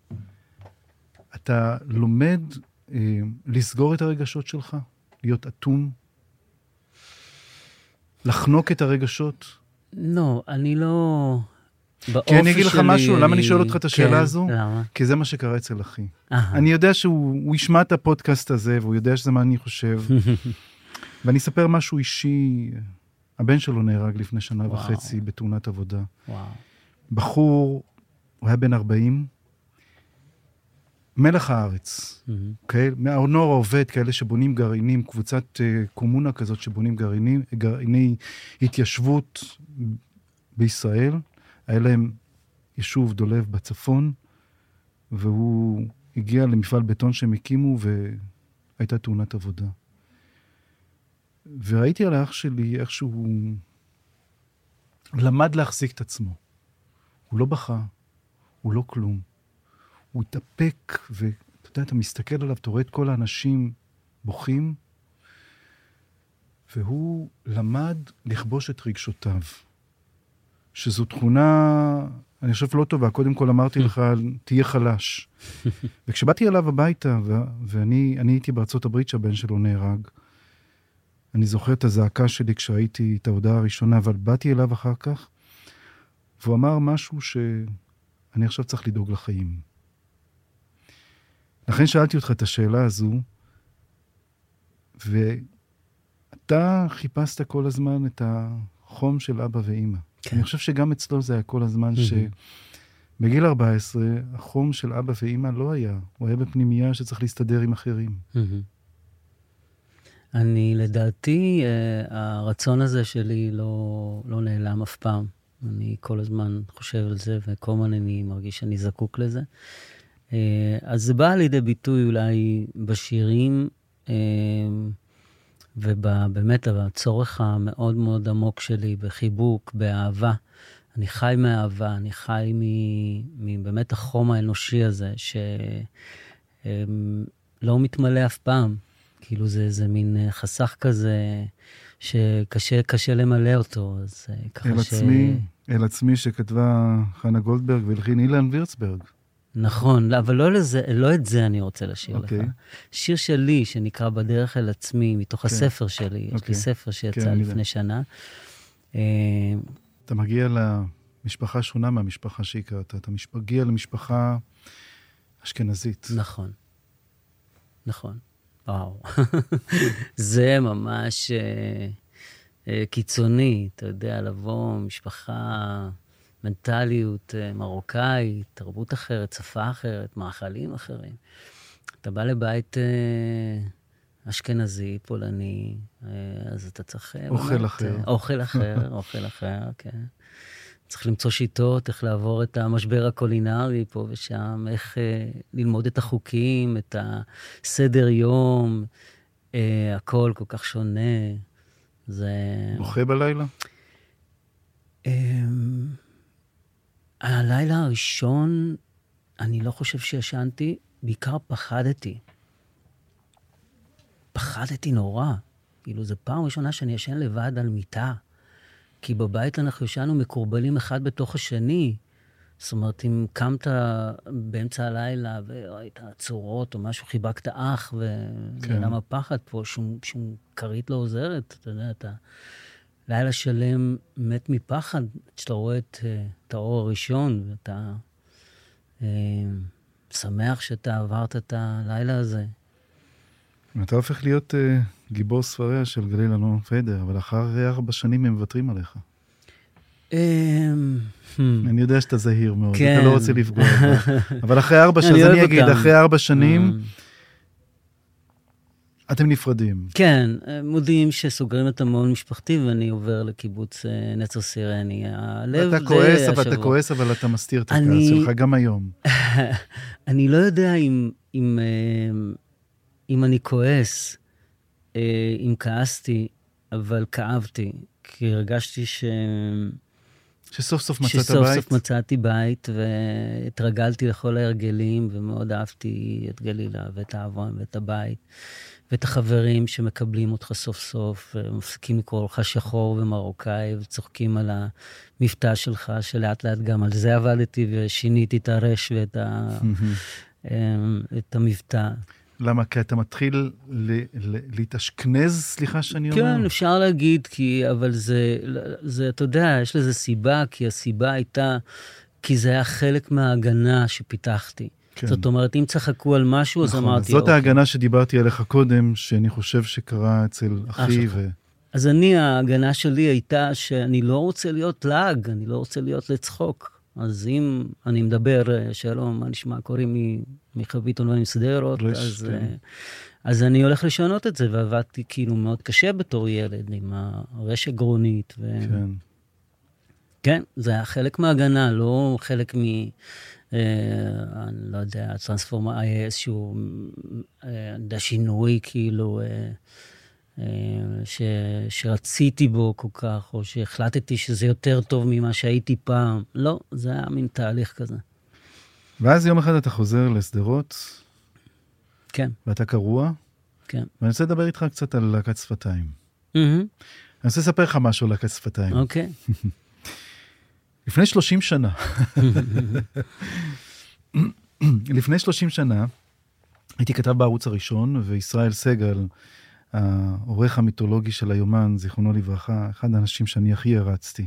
אתה לומד אה, לסגור את הרגשות שלך? להיות אטום? לחנוק את הרגשות? לא, אני לא... כי אני אגיד לך משהו, למה אני שואל אותך את השאלה הזו? למה? כי זה מה שקרה אצל אחי. אני יודע שהוא ישמע את הפודקאסט הזה, והוא יודע שזה מה אני חושב. ואני אספר משהו אישי, הבן שלו נהרג לפני שנה וואו. וחצי בתאונת עבודה. וואו. בחור, הוא היה בן ארבעים, מלך הארץ, mm-hmm. אוקיי? מהנוער העובד, כאלה שבונים גרעינים, קבוצת uh, קומונה כזאת שבונים גרעינים, גרעיני התיישבות בישראל, היה להם יישוב דולב בצפון, והוא הגיע למפעל בטון שהם הקימו, והייתה תאונת עבודה. וראיתי על האח שלי איך שהוא למד להחזיק את עצמו. הוא לא בכה, הוא לא כלום. הוא התאפק, ואתה יודע, אתה מסתכל עליו, אתה רואה את כל האנשים בוכים, והוא למד לכבוש את רגשותיו. שזו תכונה, אני חושב לא טובה, קודם כל אמרתי לך, תהיה חלש. וכשבאתי אליו הביתה, ואני אני הייתי בארצות הברית שהבן שלו נהרג, אני זוכר את הזעקה שלי כשראיתי את ההודעה הראשונה, אבל באתי אליו אחר כך, והוא אמר משהו שאני עכשיו צריך לדאוג לחיים. לכן שאלתי אותך את השאלה הזו, ואתה חיפשת כל הזמן את החום של אבא ואמא. כן. אני חושב שגם אצלו זה היה כל הזמן שבגיל ארבע עשרה, החום של אבא ואמא לא היה. הוא היה בפנימייה שצריך להסתדר עם אחרים. אני, לדעתי, הרצון הזה שלי לא, לא נעלם אף פעם. אני כל הזמן חושב על זה, וכל הזמן אני מרגיש שאני זקוק לזה. אז זה בא לידי ביטוי אולי בשירים, ובאמת הצורך המאוד מאוד עמוק שלי בחיבוק, באהבה. אני חי מאהבה, אני חי מבאמת החום האנושי הזה, שלא מתמלא אף פעם. כאילו זה, זה מין חסך כזה, שקשה קשה למלא אותו. אז ככה אל ש... עצמי, אל עצמי שכתבה חנה גולדברג ולחין אילן וירצברג. נכון, אבל לא, לזה, לא את זה אני רוצה לשיר okay. לך. שיר שלי שנקרא בדרך אל עצמי, מתוך okay. הספר שלי, okay. יש לי ספר שיצא okay, לפני שנה. אתה מגיע למשפחה שונה מהמשפחה שהכרת, אתה מגיע למשפחה אשכנזית. נכון, נכון. וואו. זה ממש uh, uh, קיצוני, אתה יודע, לבוא משפחה מנטליות מרוקאית, תרבות אחרת, שפה אחרת, מאכלים אחרים. אתה בא לבית אשכנזי, פולני, אז אתה צריך... אוכל באמת, אחר. אוכל אחר, אוכל אחר, כן. צריך למצוא שיטות, איך לעבור את המשבר הקולינרי פה ושם, איך ללמוד את החוקים, את הסדר יום, הכל כל כך שונה. זה... בוכה בלילה? הלילה הראשון, אני לא חושב שישנתי, בעיקר פחדתי. פחדתי נורא. כאילו, זו פעם ראשונה שאני ישן לבד על מיטה. כי בבית אנחנו ישנו מקורבלים אחד בתוך השני. זאת אומרת, אם קמת באמצע הלילה וראית צורות או משהו, חיבקת אח, ולמה פחד פה, שום, שום כרית לא עוזרת. אתה יודע, אתה... לילה שלם מת מפחד, שאתה רואה את, את האור הראשון, ואתה אה, שמח שאתה עברת את הלילה הזה. אתה הופך להיות אה, גיבור ספריה של גליל אלון פדר, אבל אחר ארבע שנים הם מוותרים עליך. אני יודע שאתה זהיר מאוד, אתה לא רוצה לפגוע. אבל אחרי ארבע שנים, אני אגיד, אחרי ארבע שנים, אתם נפרדים. כן, מודיעים שסוגרים את המעון משפחתי, ואני עובר לקיבוץ נצר סירני. הלב אתה כועס, אבל אתה כועס, אבל אתה מסתיר את הכעס שלך גם היום. אני לא יודע אם, אם, אם אני כועס, אם כעסתי, אבל כאבתי, כי הרגשתי ש... שסוף סוף מצאת בית? שסוף סוף מצאתי בית, והתרגלתי לכל ההרגלים, ומאוד אהבתי את גלילה, ואת האהבון, ואת הבית. ואת החברים שמקבלים אותך סוף סוף, ומפסיקים לקרוא לך שחור ומרוקאי, וצוחקים על המבטא שלך, שלאט לאט גם על זה עבדתי, ושיניתי את הרש ואת ה... את המבטא. למה? כי אתה מתחיל להתאשכנז, סליחה שאני אומר? כן, אפשר להגיד, כי, אבל זה, זה, אתה יודע, יש לזה סיבה, כי הסיבה הייתה, כי זה היה חלק מההגנה שפיתחתי. כן. זאת אומרת, אם צחקו על משהו, נכון, אז אמרתי... זאת אוקיי. ההגנה שדיברתי עליך קודם, שאני חושב שקרה אצל אחי ו... אז אני, ההגנה שלי הייתה שאני לא רוצה להיות לעג, אני לא רוצה להיות לצחוק. אז אם אני מדבר, שלום, מה נשמע, קוראים לי מיכה ביטון ואני מסדרות, אז, כן. אז אני הולך לשנות את זה, ועבדתי כאילו מאוד קשה בתור ילד, עם הרש הגרונית. ו... כן. כן, זה היה חלק מההגנה, לא חלק מ... אני לא יודע, טרנספורמה, איזשהו שינוי, כאילו, שרציתי בו כל כך, או שהחלטתי שזה יותר טוב ממה שהייתי פעם. לא, זה היה מין תהליך כזה. ואז יום אחד אתה חוזר לסדרות. כן. ואתה קרוע. כן. ואני רוצה לדבר איתך קצת על להקת שפתיים. אני רוצה לספר לך משהו על להקת שפתיים. אוקיי. לפני שלושים שנה, לפני שלושים שנה, הייתי כתב בערוץ הראשון, וישראל סגל, העורך המיתולוגי של היומן, זיכרונו לברכה, אחד האנשים שאני הכי הרצתי.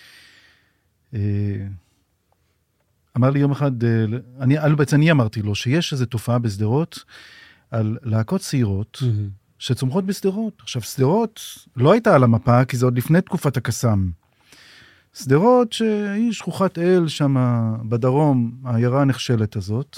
אמר לי יום אחד, אני, בעצם אני אמרתי לו, שיש איזו תופעה בסדרות, על להקות צעירות, שצומחות בסדרות. עכשיו, סדרות לא הייתה על המפה, כי זה עוד לפני תקופת הקסם. סדרות שהיא שכוחת אל שם בדרום, העיירה הנחשלת הזאת,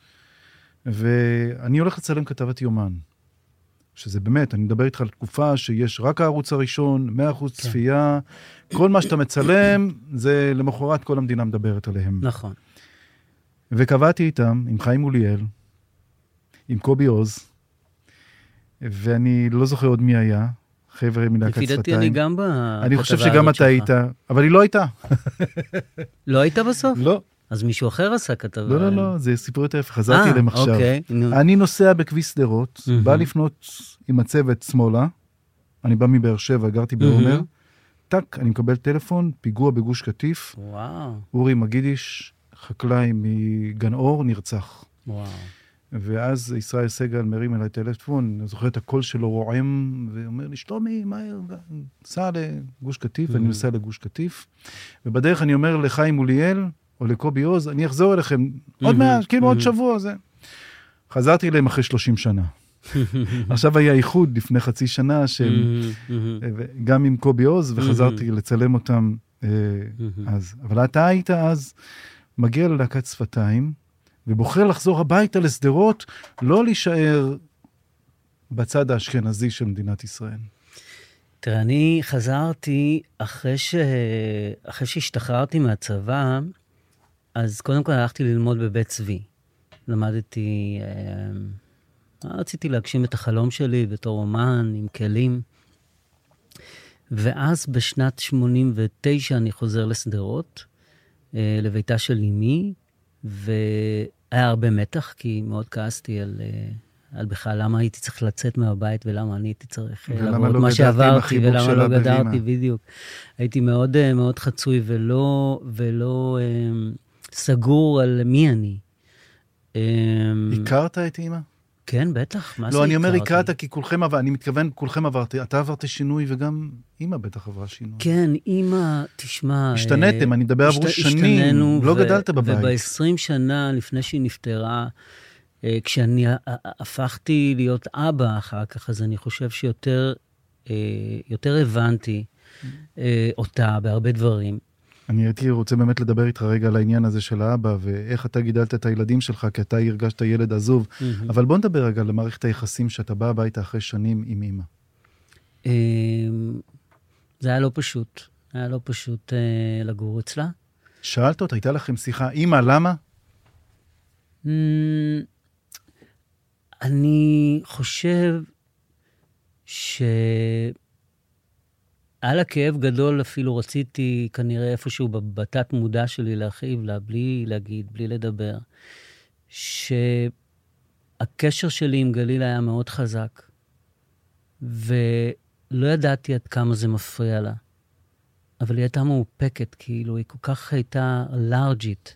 ואני הולך לצלם כתבת יומן, שזה באמת, אני מדבר איתך על תקופה שיש רק הערוץ הראשון, מאה אחוז כן. צפייה, כל מה שאתה מצלם, זה למחרת כל המדינה מדברת עליהם. נכון. וקבעתי איתם, עם חיים מוליאל, עם קובי עוז, ואני לא זוכר עוד מי היה, חבר'ה מלהקת שפתיים. לפי דעתי אני גם בכתבה הזאת שלך. אני חושב שגם אתה היית, אבל היא לא הייתה. לא היית בסוף? לא. אז מישהו אחר עשה כתבה. לא, לא, לא, זה סיפור יותר יפה, חזרתי אליהם עכשיו. אני נוסע בכביש שדרות, בא לפנות עם הצוות שמאלה, אני בא מבאר שבע, גרתי בעומר, טק, אני מקבל טלפון, פיגוע בגוש קטיף, אורי מגידיש, חקלאי מגן אור, נרצח. וואו. ואז ישראל סגל מרים אליי טלפון, אני זוכר את הקול שלו רועם, ואומר לי, שלומי, מה... סע לגוש קטיף, ואני נוסע לגוש קטיף, ובדרך אני אומר לחיים מוליאל, או לקובי עוז, אני אחזור אליכם, עוד מעט, כאילו עוד שבוע, זה. חזרתי אליהם אחרי שלושים שנה. עכשיו היה איחוד לפני חצי שנה, גם עם קובי עוז, וחזרתי לצלם אותם אז. אבל אתה היית אז מגיע ללהקת שפתיים, ובוחר לחזור הביתה לסדרות, לא להישאר בצד האשכנזי של מדינת ישראל. תראה, אני חזרתי אחרי ש... אחרי שהשתחררתי מהצבא, אז קודם כל הלכתי ללמוד בבית צבי. למדתי, אה, רציתי להגשים את החלום שלי בתור אומן, עם כלים. ואז בשנת שמונים ותשע אני חוזר לסדרות, אה, לביתה של אמי, והיה הרבה מתח, כי מאוד כעסתי על... אה, על בכלל למה הייתי צריך לצאת מהבית, ולמה אני הייתי צריך לעבור את מה שעברתי, ולמה לא גדרתי, בדיוק. הייתי מאוד מאוד חצוי, ולא, ולא סגור על מי אני. הכרת את אמא? כן, בטח. מה זה הכרתי? לא, אני אומר הכרת, כי כולכם עבר, אני מתכוון, כולכם עברתי, אתה עברת שינוי, וגם אמא בטח עברה שינוי. כן, אמא, תשמע... השתנתם, אני מדבר עברו שנים, לא גדלת בבית. וב-עשרים שנה לפני שהיא נפטרה, כשאני הפכתי להיות אבא אחר כך, אז אני חושב שיותר יותר הבנתי אותה בהרבה דברים. אני הייתי רוצה באמת לדבר איתך רגע על העניין הזה של האבא, ואיך אתה גידלת את הילדים שלך, כי אתה הרגשת ילד עזוב. אבל בוא נדבר רגע למערכת היחסים שאתה בא הביתה אחרי שנים עם אמא. זה היה לא פשוט. היה לא פשוט לגור אצלה. שאלת אותה, הייתה לכם שיחה, אמא, למה? אני חושב שעל הכאב גדול אפילו רציתי כנראה איפשהו בתת מודע שלי להרחיב לה, בלי להגיד, בלי לדבר, שהקשר שלי עם גליל היה מאוד חזק, ולא ידעתי עד כמה זה מפריע לה, אבל היא הייתה מאופקת, כאילו היא כל כך הייתה לארג'ית.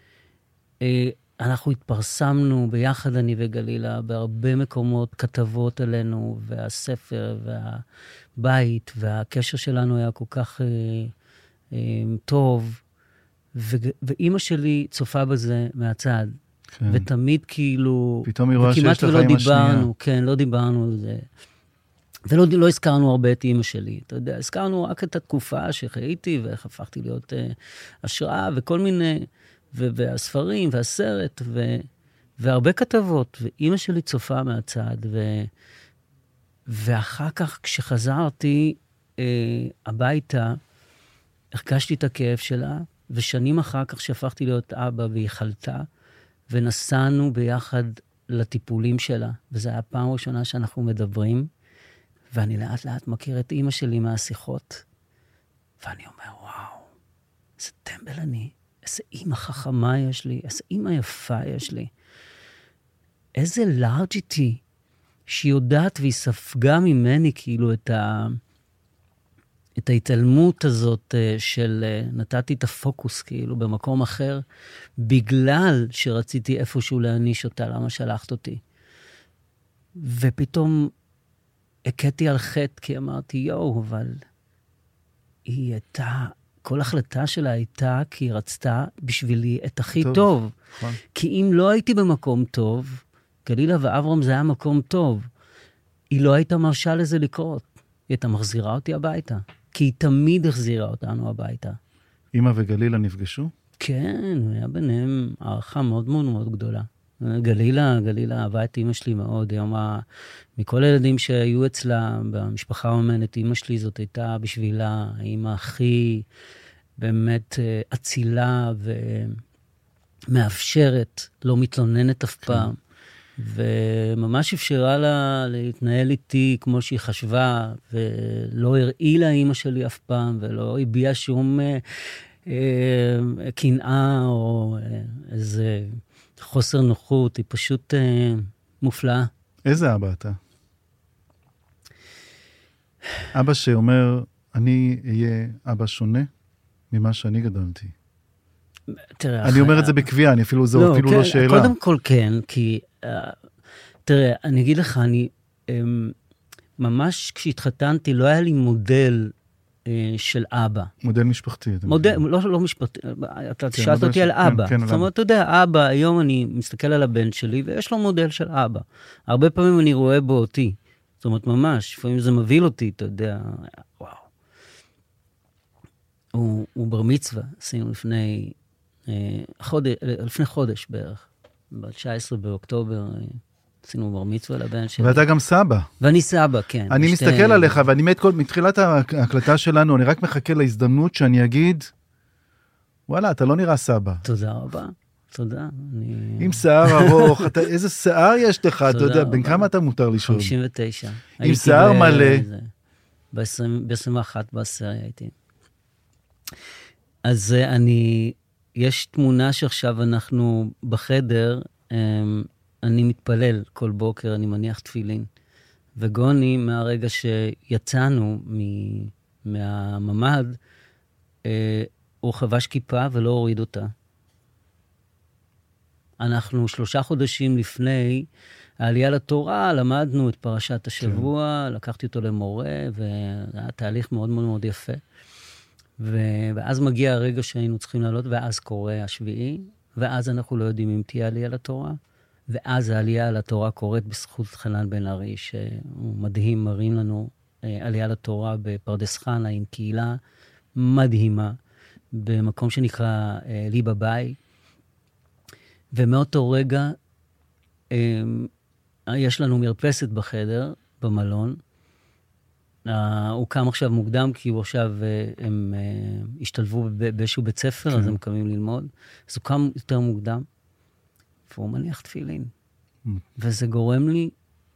אנחנו התפרסמנו ביחד, אני וגלילה, בהרבה מקומות, כתבות עלינו, והספר, והבית, והקשר שלנו היה כל כך אה, אה, טוב, ו- ואימא שלי צופה בזה מהצד, כן. ותמיד כאילו... פתאום היא רואה שיש לך עם השנייה. כן, לא דיברנו על זה. ולא לא הזכרנו הרבה את אמא שלי, אתה יודע, הזכרנו רק את התקופה שחייתי, ואיך הפכתי להיות אה, השראה, וכל מיני... והספרים, והסרט, ו... והרבה כתבות, ואימא שלי צופה מהצד, ו... ואחר כך, כשחזרתי אה, הביתה, הרגשתי את הכאב שלה, ושנים אחר כך שהפכתי להיות אבא, והיא חלתה, ונסענו ביחד לטיפולים שלה, וזו הייתה הפעם הראשונה שאנחנו מדברים, ואני לאט לאט מכיר את אימא שלי מהשיחות, ואני אומר, וואו, איזה טמבל אני, איזה אימא חכמה יש לי, איזה אימא יפה יש לי. איזה לארג'ית היא, שהיא יודעת והיא ספגה ממני כאילו את, ה... את ההתעלמות הזאת של נתתי את הפוקוס כאילו במקום אחר, בגלל שרציתי איפשהו להניש אותה, למה שלחת אותי. ופתאום הקטתי על חטא, כי אמרתי, יואו, אבל היא הייתה... כל החלטה שלה הייתה כי היא רצתה בשבילי את הכי טוב. טוב. נכון. כי אם לא הייתי במקום טוב, גלילה ואברהם זה היה מקום טוב, היא לא הייתה מרשה לזה לקרות. היא הייתה מחזירה אותי הביתה. כי היא תמיד החזירה אותנו הביתה. אמא וגלילה נפגשו? כן, היה ביניהם הערכה מאוד מאוד מאוד גדולה. גלילה, גלילה אהבה את אמא שלי מאוד. היא אמרה, מכל הילדים שהיו אצלה במשפחה האומנת, אמא שלי זאת הייתה בשבילה, האמא הכי באמת אצילה ומאפשרת, לא מתלוננת אף פעם. וממש אפשרה לה להתנהל איתי כמו שהיא חשבה, ולא הרעילה אמא שלי אף פעם, ולא הביעה שום קנאה או איזה... חוסר נוחות, היא פשוט אה, מופלאה. איזה אבא אתה? אבא שאומר, אני אהיה אבא שונה ממה שאני גדלתי. תראה, אני אומר את זה בקביעה, אני אפילו, זו אפילו לא שאלה. קודם כל כן, כי, תראה, אני אגיד לך, אני, ממש כשהתחתנתי, לא היה לי מודל של אבא. מודל משפחתי. מודל, לא, לא משפחתי, אתה שאלת אותי על אבא. זאת אומרת, אתה יודע, אבא, היום אני מסתכל על הבן שלי, ויש לו מודל של אבא. הרבה פעמים אני רואה בו אותי. זאת אומרת, ממש, לפעמים זה מביא אותי, אתה יודע, וואו. הוא, הוא בר מצווה, עשינו לפני, אה, חודש, לפני חודש בערך, ב-תשעה עשר באוקטובר, אה, עשינו בר מצווה לבן שלי. ואתה גם סבא. ואני סבא, כן. אני בשתי... מסתכל עליך, ואני מת כל, מתחילת ההקלטה שלנו, אני רק מחכה להזדמנות שאני אגיד, וואלה, אתה לא נראה סבא. תודה רבה, תודה. אני... עם שיער ארוך, אתה, איזה שיער יש לך, אתה יודע, בן כמה אתה מותר לשאול? חמישים ותשע. עם שיער ב... מלא. ב-עשרים ואחת בעשירי הייתי. אז אני, יש תמונה שעכשיו אנחנו בחדר, אני מתפלל כל בוקר, אני מניח תפילין. וגוני, מהרגע שיצאנו מהממד, הוא חבש כיפה ולא הוריד אותה. אנחנו שלושה חודשים לפני העלייה לתורה, למדנו את פרשת השבוע, כן. לקחתי אותו למורה, וזה היה תהליך מאוד מאוד מאוד יפה. ו- ואז מגיע הרגע שהיינו צריכים לעלות, ואז קורה השביעי, ואז אנחנו לא יודעים אם תהיה עלייה לתורה, ואז העלייה לתורה קורית בזכות חנן בן ארי, שהוא מדהים, מראים לנו אה, עלייה לתורה בפרדס חנה, עם קהילה מדהימה, במקום שנקרא אה, ליבה ביי, ומאותו רגע, אה, יש לנו מרפסת בחדר, במלון, Uh, הוא קם עכשיו מוקדם, כי הוא עכשיו, uh, הם uh, השתלבו באיזשהו בית ספר, כן. אז הם קמים ללמוד. אז הוא קם יותר מוקדם, והוא מניח תפילין. Mm. וזה גורם לי,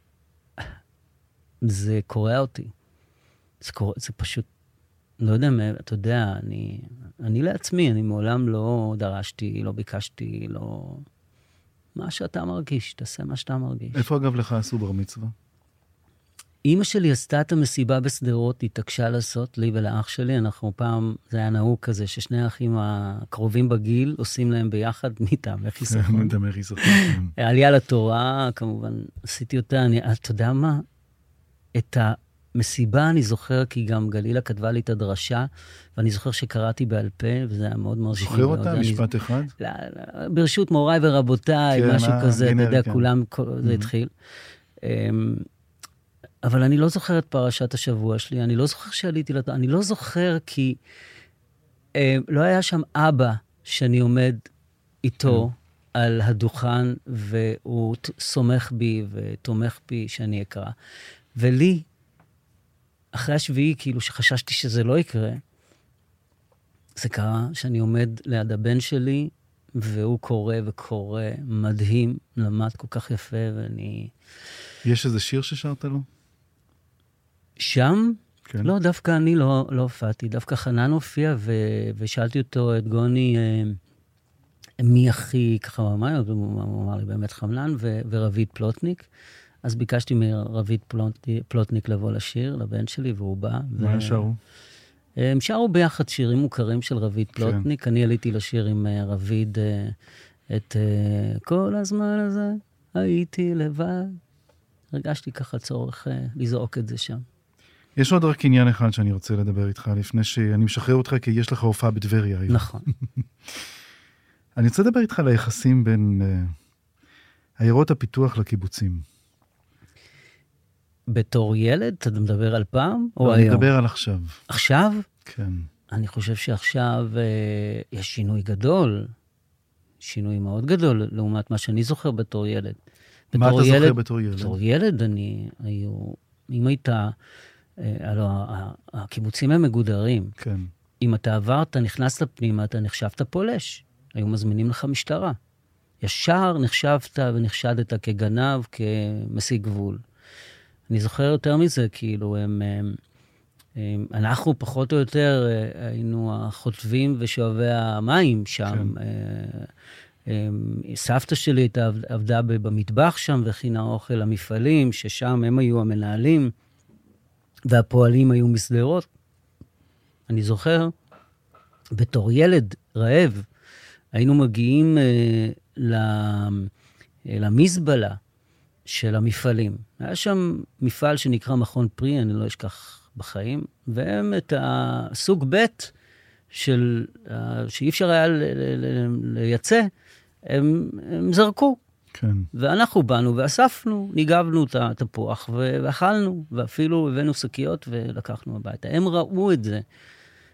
זה קורע אותי. זה, קורא, זה פשוט, לא יודע, אתה יודע, אני, אני לעצמי, אני מעולם לא דרשתי, לא ביקשתי, לא... מה שאתה מרגיש, תעשה מה שאתה מרגיש. איפה אגב לך עשו בר מצווה? אמא שלי עשתה את המסיבה בסדרות, היא התעקשה לעשות לי ולאח שלי. אנחנו פעם, זה היה נהוג כזה, ששני האחים הקרובים בגיל עושים להם ביחד מטעמי חיסכון. מטעמי חיסכון. עלייה לתורה, כמובן, עשיתי אותה. אני, אתה יודע מה? את המסיבה אני זוכר, כי גם גלילה כתבה לי את הדרשה, ואני זוכר שקראתי בעל פה, וזה היה מאוד מרשים. זוכר אותה? משפט אחד? ברשות מוריי ורבותיי, משהו כזה, אתה יודע, כולם, זה התחיל. אבל אני לא זוכר את פרשת השבוע שלי, אני לא זוכר שעליתי לתורה, אני לא זוכר כי אה, לא היה שם אבא שאני עומד איתו mm. על הדוכן, והוא סומך בי ותומך בי שאני אקרא. ולי, אחרי השביעי, כאילו שחששתי שזה לא יקרה, זה קרה שאני עומד ליד הבן שלי, והוא קורא וקורא, מדהים, למד כל כך יפה, ואני... יש איזה שיר ששרת לו? שם? כן. לא, דווקא אני לא, לא הופעתי. דווקא חנן הופיע, ו... ושאלתי אותו, את גוני, מי הכי ככה ממש, הוא אמר לי באמת חנן, ו... ורביד פלוטניק. אז ביקשתי מרביד פלוטניק, פלוטניק לבוא לשיר, לבן שלי, והוא בא. מה ו... שרו? הם שרו ביחד שירים מוכרים של רביד פלוטניק. כן. אני עליתי לשיר עם רביד את כל הזמן הזה, הייתי לבד. הרגשתי ככה צורך לזעוק את זה שם. יש עוד רק עניין אחד שאני רוצה לדבר איתך, לפני שאני משחרר אותך, כי יש לך הופעה בטבריה היום. נכון. אני רוצה לדבר איתך על היחסים בין uh, עיירות הפיתוח לקיבוצים. בתור ילד, אתה מדבר על פעם או לא, היום? אני מדבר על עכשיו. עכשיו? כן. אני חושב שעכשיו uh, יש שינוי גדול, שינוי מאוד גדול, לעומת מה שאני זוכר בתור ילד. מה אתה ילד, זוכר בתור ילד? בתור ילד אני, היו, אם הייתה, הלוא, הקיבוצים הם מגודרים. כן. אם אתה עברת, נכנסת פנימה, אתה נחשבת פולש. היו מזמינים לך משטרה. ישר נחשבת ונחשדת כגנב, כמשיג גבול. אני זוכר יותר מזה, כאילו, הם, הם, הם, אנחנו פחות או יותר היינו החוטבים ושואבי המים שם. כן. סבתא שלי הייתה עבדה במטבח שם, וכינה אוכל למפעלים, ששם הם היו המנהלים, והפועלים היו מסדרות. אני זוכר, בתור ילד רעב, היינו מגיעים אה, למזבלה של המפעלים. היה שם מפעל שנקרא מכון פרי, אני לא אשכח בחיים, והם את הסוג ב' של, שאי אפשר היה לייצא, הם, הם זרקו. כן. ואנחנו באנו ואספנו, ניגבנו את התפוח ואכלנו, ואפילו הבאנו שקיות ולקחנו הביתה. הם ראו את זה.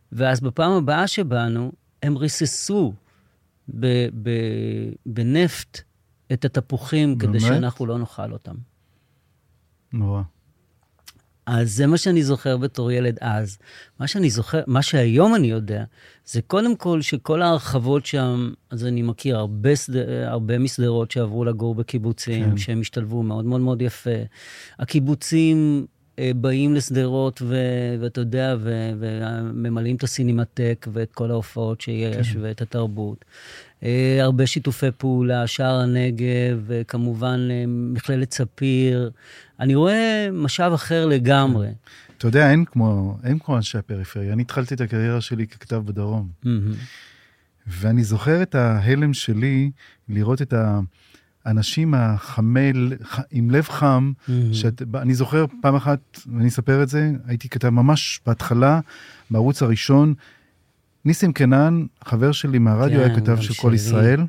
ואז בפעם הבאה שבאנו, הם ריססו ב- ב- בנפט את התפוחים, באמת? כדי שאנחנו לא נאכל אותם. נורא. אז זה מה שאני זוכר בתור ילד אז. מה שאני זוכר, מה שהיום אני יודע, זה קודם כל שכל ההרחבות שם, אז אני מכיר הרבה, הרבה מסדרות שעברו לגור בקיבוצים, כן. שהם השתלבו מאוד מאוד מאוד יפה. הקיבוצים אה, באים לסדרות, ו- ואתה יודע, ו- וממלאים את הסינמטק, ואת כל ההופעות שיש, כן. ואת התרבות. אה, הרבה שיתופי פעולה, שער הנגב, וכמובן אה, מכללת ספיר. אני רואה משאב אחר לגמרי. אתה יודע, אין כמו, אין כמו אנשי הפריפריה. אני התחלתי את הקריירה שלי ככתב בדרום. ואני זוכר את ההלם שלי לראות את האנשים החמל, עם לב חם, שאני זוכר פעם אחת, ואני אספר את זה, הייתי כתב ממש בהתחלה, בערוץ הראשון, ניסים קנן, חבר שלי מהרדיו, היה כתב של כל ישראל,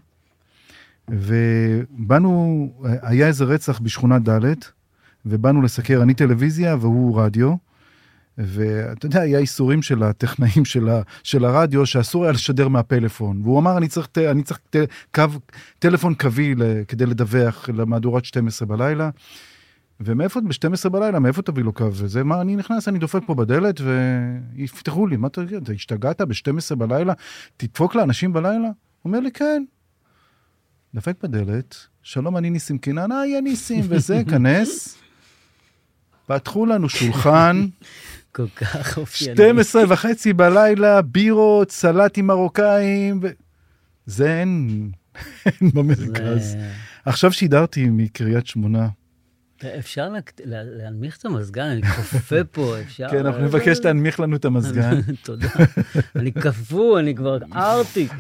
ובאנו, היה איזה רצח בשכונת ד' ובאנו לסקר, אני טלוויזיה והוא רדיו, ואתה יודע, היה איסורים של הטכנאים של, ה, של הרדיו, שאסור היה לשדר מהפלאפון, והוא אמר, אני צריך, אני צריך ט, קו, טלפון קווי כדי לדווח למהדורת שתים עשרה בלילה, ומאיפה, ב-שתים עשרה בלילה, מאיפה תביא לו קו? וזה מה, אני נכנס, אני דופק פה בדלת, ויפתחו לי, מה אתה יודע, אתה השתגעת ב-שתים עשרה בלילה, תדפוק לאנשים בלילה? הוא אומר לי, כן. דפק בדלת, שלום, אני ניסים קינן, אה, יהיה ניסים, וזה, כנס. פתחו לנו שולחן, כל כך אופייני. שתים עשרה וחצי בלילה, בירות, סלטים מרוקאים, ו... זה אין, אין במרכז. זה... עכשיו שידרתי מקריית שמונה. אפשר לה... להנמיך את המזגן, אני קופה פה, אפשר... כן, אנחנו נבקש להנמיך לנו את המזגן. תודה. אני קפוא, אני כבר ארטיק.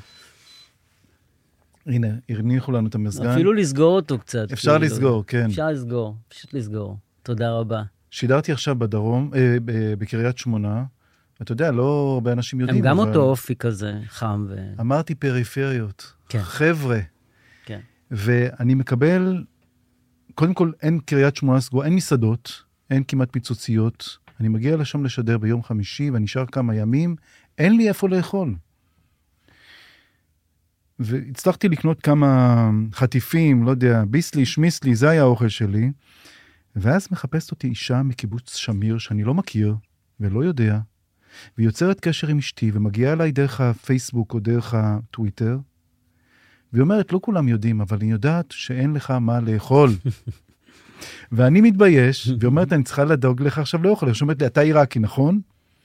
הנה, הרניחו לנו את המזגן. אפילו לסגור אותו קצת. אפשר לסגור, כן. אפשר לסגור, פשוט לסגור. תודה רבה. שידרתי עכשיו בדרום, אה, בקריית שמונה, אתה יודע, לא הרבה אנשים יודעים. הם גם אבל... אותו אופי כזה, חם ו... אמרתי פריפריות. כן. חבר'ה. כן. ואני מקבל, קודם כל, אין קריית שמונה סגורה, אין מסעדות, אין כמעט פיצוציות. אני מגיע לשם לשדר ביום חמישי, ואני נשאר כמה ימים, אין לי איפה לאכול. והצלחתי לקנות כמה חטיפים, לא יודע, ביסלי, שמיסלי, זה היה האוכל שלי. ואז מחפשת אותי אישה מקיבוץ שמיר, שאני לא מכיר ולא יודע, והיא יוצרת קשר עם אשתי, ומגיעה אליי דרך הפייסבוק או דרך הטוויטר, והיא אומרת, לא כולם יודעים, אבל היא יודעת שאין לך מה לאכול. ואני מתבייש, והיא אומרת, אני צריכה לדאוג לך עכשיו לאוכל. היא אומרת לי, אתה עיראקי, נכון?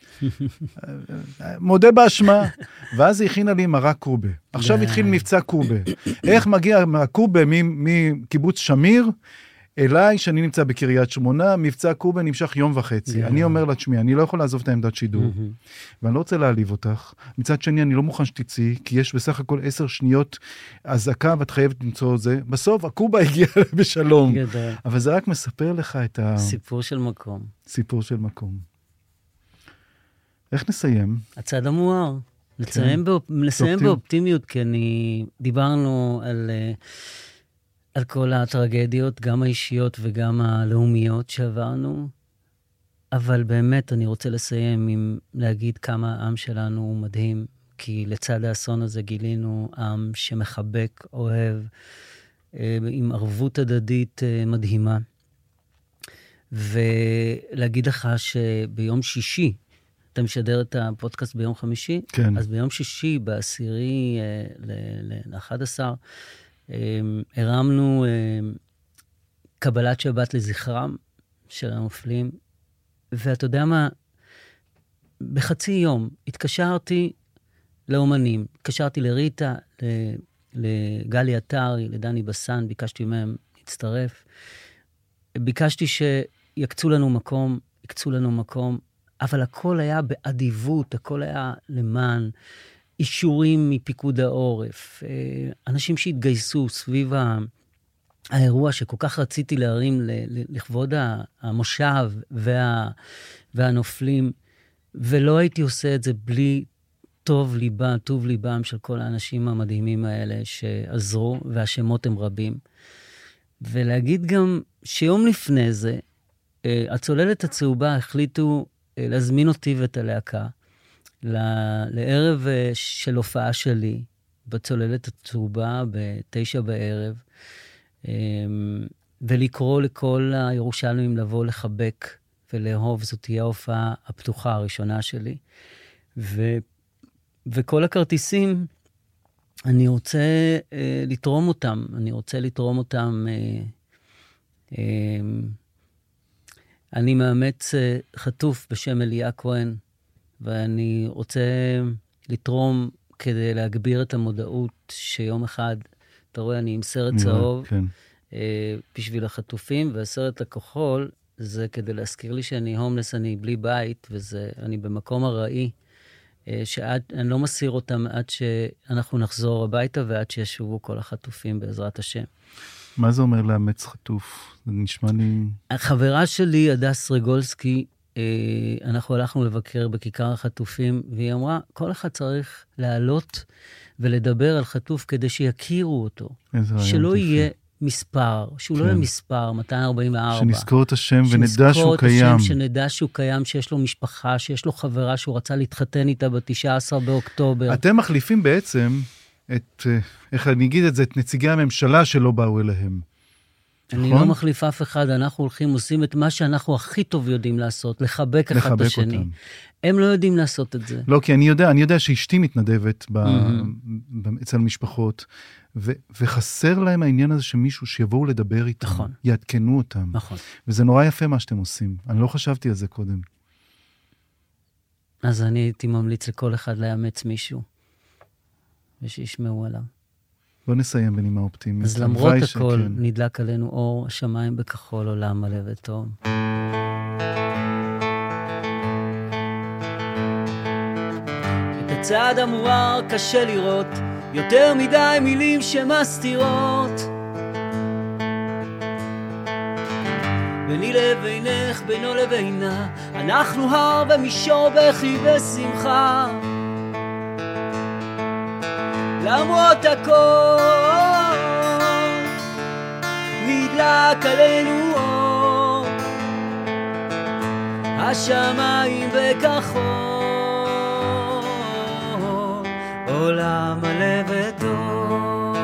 מודה באשמה. ואז היא הכינה לי מרק קובה. עכשיו התחיל מבצע קובה. איך מגיע הקובה מקיבוץ שמיר, אליי, שאני נמצא בקריית שמונה, מבצע קובה נמשך יום וחצי. אני אומר לה, תשמעי, אני לא יכול לעזוב את העמדת שידור, ואני לא רוצה להעליב אותך. מצד שני, אני לא מוכן שתצאי, כי יש בסך הכל עשר שניות הזעקה, ואת חייבת למצוא זה. בסוף, הקובה הגיעה בשלום. אבל זה רק מספר לך את ה... סיפור של מקום. סיפור של מקום. איך נסיים? הצד המואר. נסיים באופטימיות, כי אני... דיברנו על... על כל הטרגדיות, גם האישיות וגם הלאומיות שעברנו, אבל באמת אני רוצה לסיים עם להגיד כמה העם שלנו הוא מדהים, כי לצד האסון הזה גילינו עם שמחבק, אוהב, עם ערבות הדדית מדהימה. ולהגיד לך שביום שישי, אתה משדר את הפודקאסט ביום חמישי? כן. אז ביום שישי, בעשירי ל-אחד עשר, הרמנו קבלת שבת לזכרם של הנופלים, ואתה יודע מה, בחצי יום התקשרתי לאומנים, התקשרתי לריטה, לגלי עטרי, לדני בסן, ביקשתי מהם להצטרף, ביקשתי שיקצו לנו מקום, יקצו לנו מקום, אבל הכל היה באדיבות, הכל היה למען, אישורים מפיקוד העורף, אנשים שהתגייסו סביב האירוע שכל כך רציתי להרים לכבוד המושב וה, והנופלים, ולא הייתי עושה את זה בלי טוב ליבם, טוב ליבם של כל האנשים המדהימים האלה שעזרו, והשמות הם רבים. ולהגיד גם שיום לפני זה, הצוללת הצהובה החליטו להזמין אותי ואת הלהקה, לערב של הופעה שלי, בצוללת הצהובה, בתשע בערב, ולקרוא לכל הירושלמים לבוא לחבק ולאהוב. זאת תהיה ההופעה הפתוחה הראשונה שלי. ו, וכל הכרטיסים, אני רוצה אה, לתרום אותם. אני רוצה לתרום אותם. אה, אה, אני מאמץ אה, חטוף בשם אליה כהן, ואני רוצה לתרום כדי להגביר את המודעות שיום אחד, אתה רואה, אני עם סרט צהוב, כן. אה, בשביל החטופים, והסרט הכחול, זה כדי להזכיר לי שאני הומלס, אני בלי בית, ואני במקום הראי, שאני לא מסיר אותם עד שאנחנו נחזור הביתה, ועד שישובו כל החטופים בעזרת השם. מה זה אומר לאמץ חטוף? זה נשמע לי... החברה שלי, הדס רגולסקי, אנחנו הלכנו לבקר בכיכר החטופים, והיא אמרה, כל אחד צריך לעלות ולדבר על חטוף כדי שיכירו אותו. שלא יהיה מספר, שהוא לא יהיה מספר, מאתיים ארבעים וארבע. שנזכור את השם ונדע שהוא קיים. שנזכור את השם, שנדע שהוא קיים, שיש לו משפחה, שיש לו חברה שהוא רצה להתחתן איתה ב-תשעה עשר באוקטובר. אתם מחליפים בעצם את, איך אני אגיד את זה, את נציגי הממשלה שלא באו אליהם. אני לא מחליף אף אחד, אנחנו הולכים, עושים את מה שאנחנו הכי טוב יודעים לעשות, לחבק אחד את השני. הם לא יודעים לעשות את זה. לא, כי אני יודע, אני יודע שאשתי מתנדבת אצל משפחות, וחסר להם העניין הזה שמישהו שיבואו לדבר איתם, נכון. יעדכנו אותם. נכון. וזה נורא יפה מה שאתם עושים. אני לא חשבתי על זה קודם. אז אני הייתי ממליץ לכל אחד לאמץ מישהו, ושישמעו עליו. בוא נסיים בנימה אופטימית. אז למרות הכל, שכן. נדלק עלינו אור, השמיים בכחול, עולם מלא וטוב. את הצעד המואר קשה לראות, יותר מדי מילים שמסתירות. ביני לבינך, בינו לבינה, אנחנו הר ומישור בכי ושמחה. למרות הכל, נדלק עלינו אור, השמיים בכחול, עולם מלא וטוב.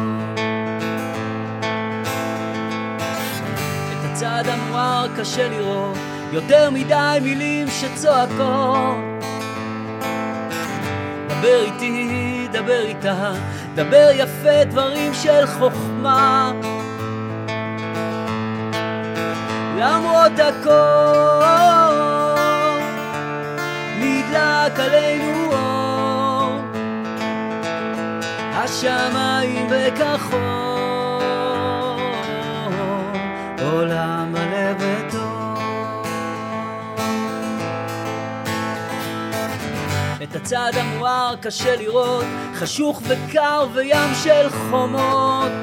את הצד המואר קשה לראות, יותר מדי מילים שצועקות. דבר איתי, דבר איתה, דבר יפה דברים של חוכמה. למרות הכל, נדלק עלינו אור, השמיים בכחול, עולם מלא וטוב. את הצד המואר קשה לראות, חשוך וקר וים של חומות.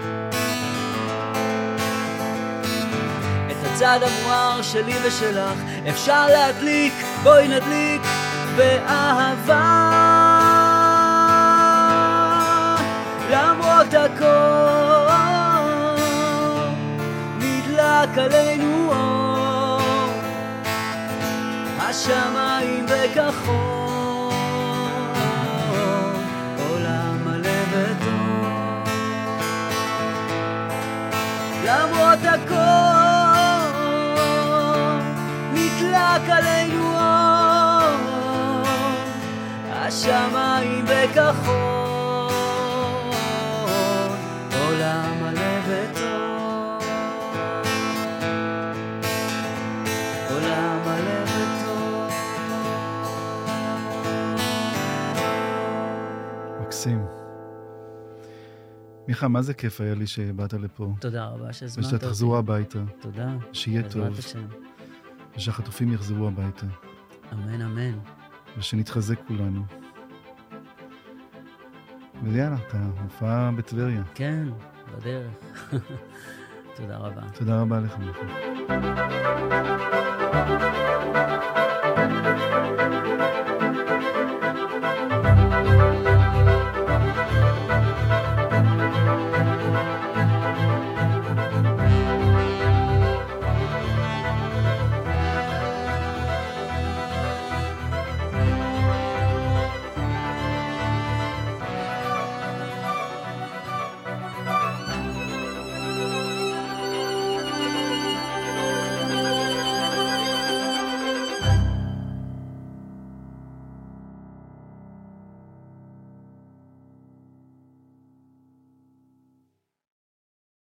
את הצד המואר שלי ושלך אפשר להדליק, בואי נדליק באהבה. למרות הכל, נדלק עלינו אור, השמיים בכחול, למרות הכל, נדלק עלינו אור, השמיים בכחול, עולם מלא וטוב, עולם מלא וטוב. מקסים. מיכה, מה זה כיף היה לי שבאת לפה. תודה רבה שהזמנת אותי. ושתחזרו הביתה. תודה. שיהיה טוב. ושהחטופים יחזרו הביתה. אמן, אמן. ושנתחזק כולנו. ויאללה, אתה הופעה בטבריה. כן, בדרך. תודה רבה. תודה רבה לך, מיכה.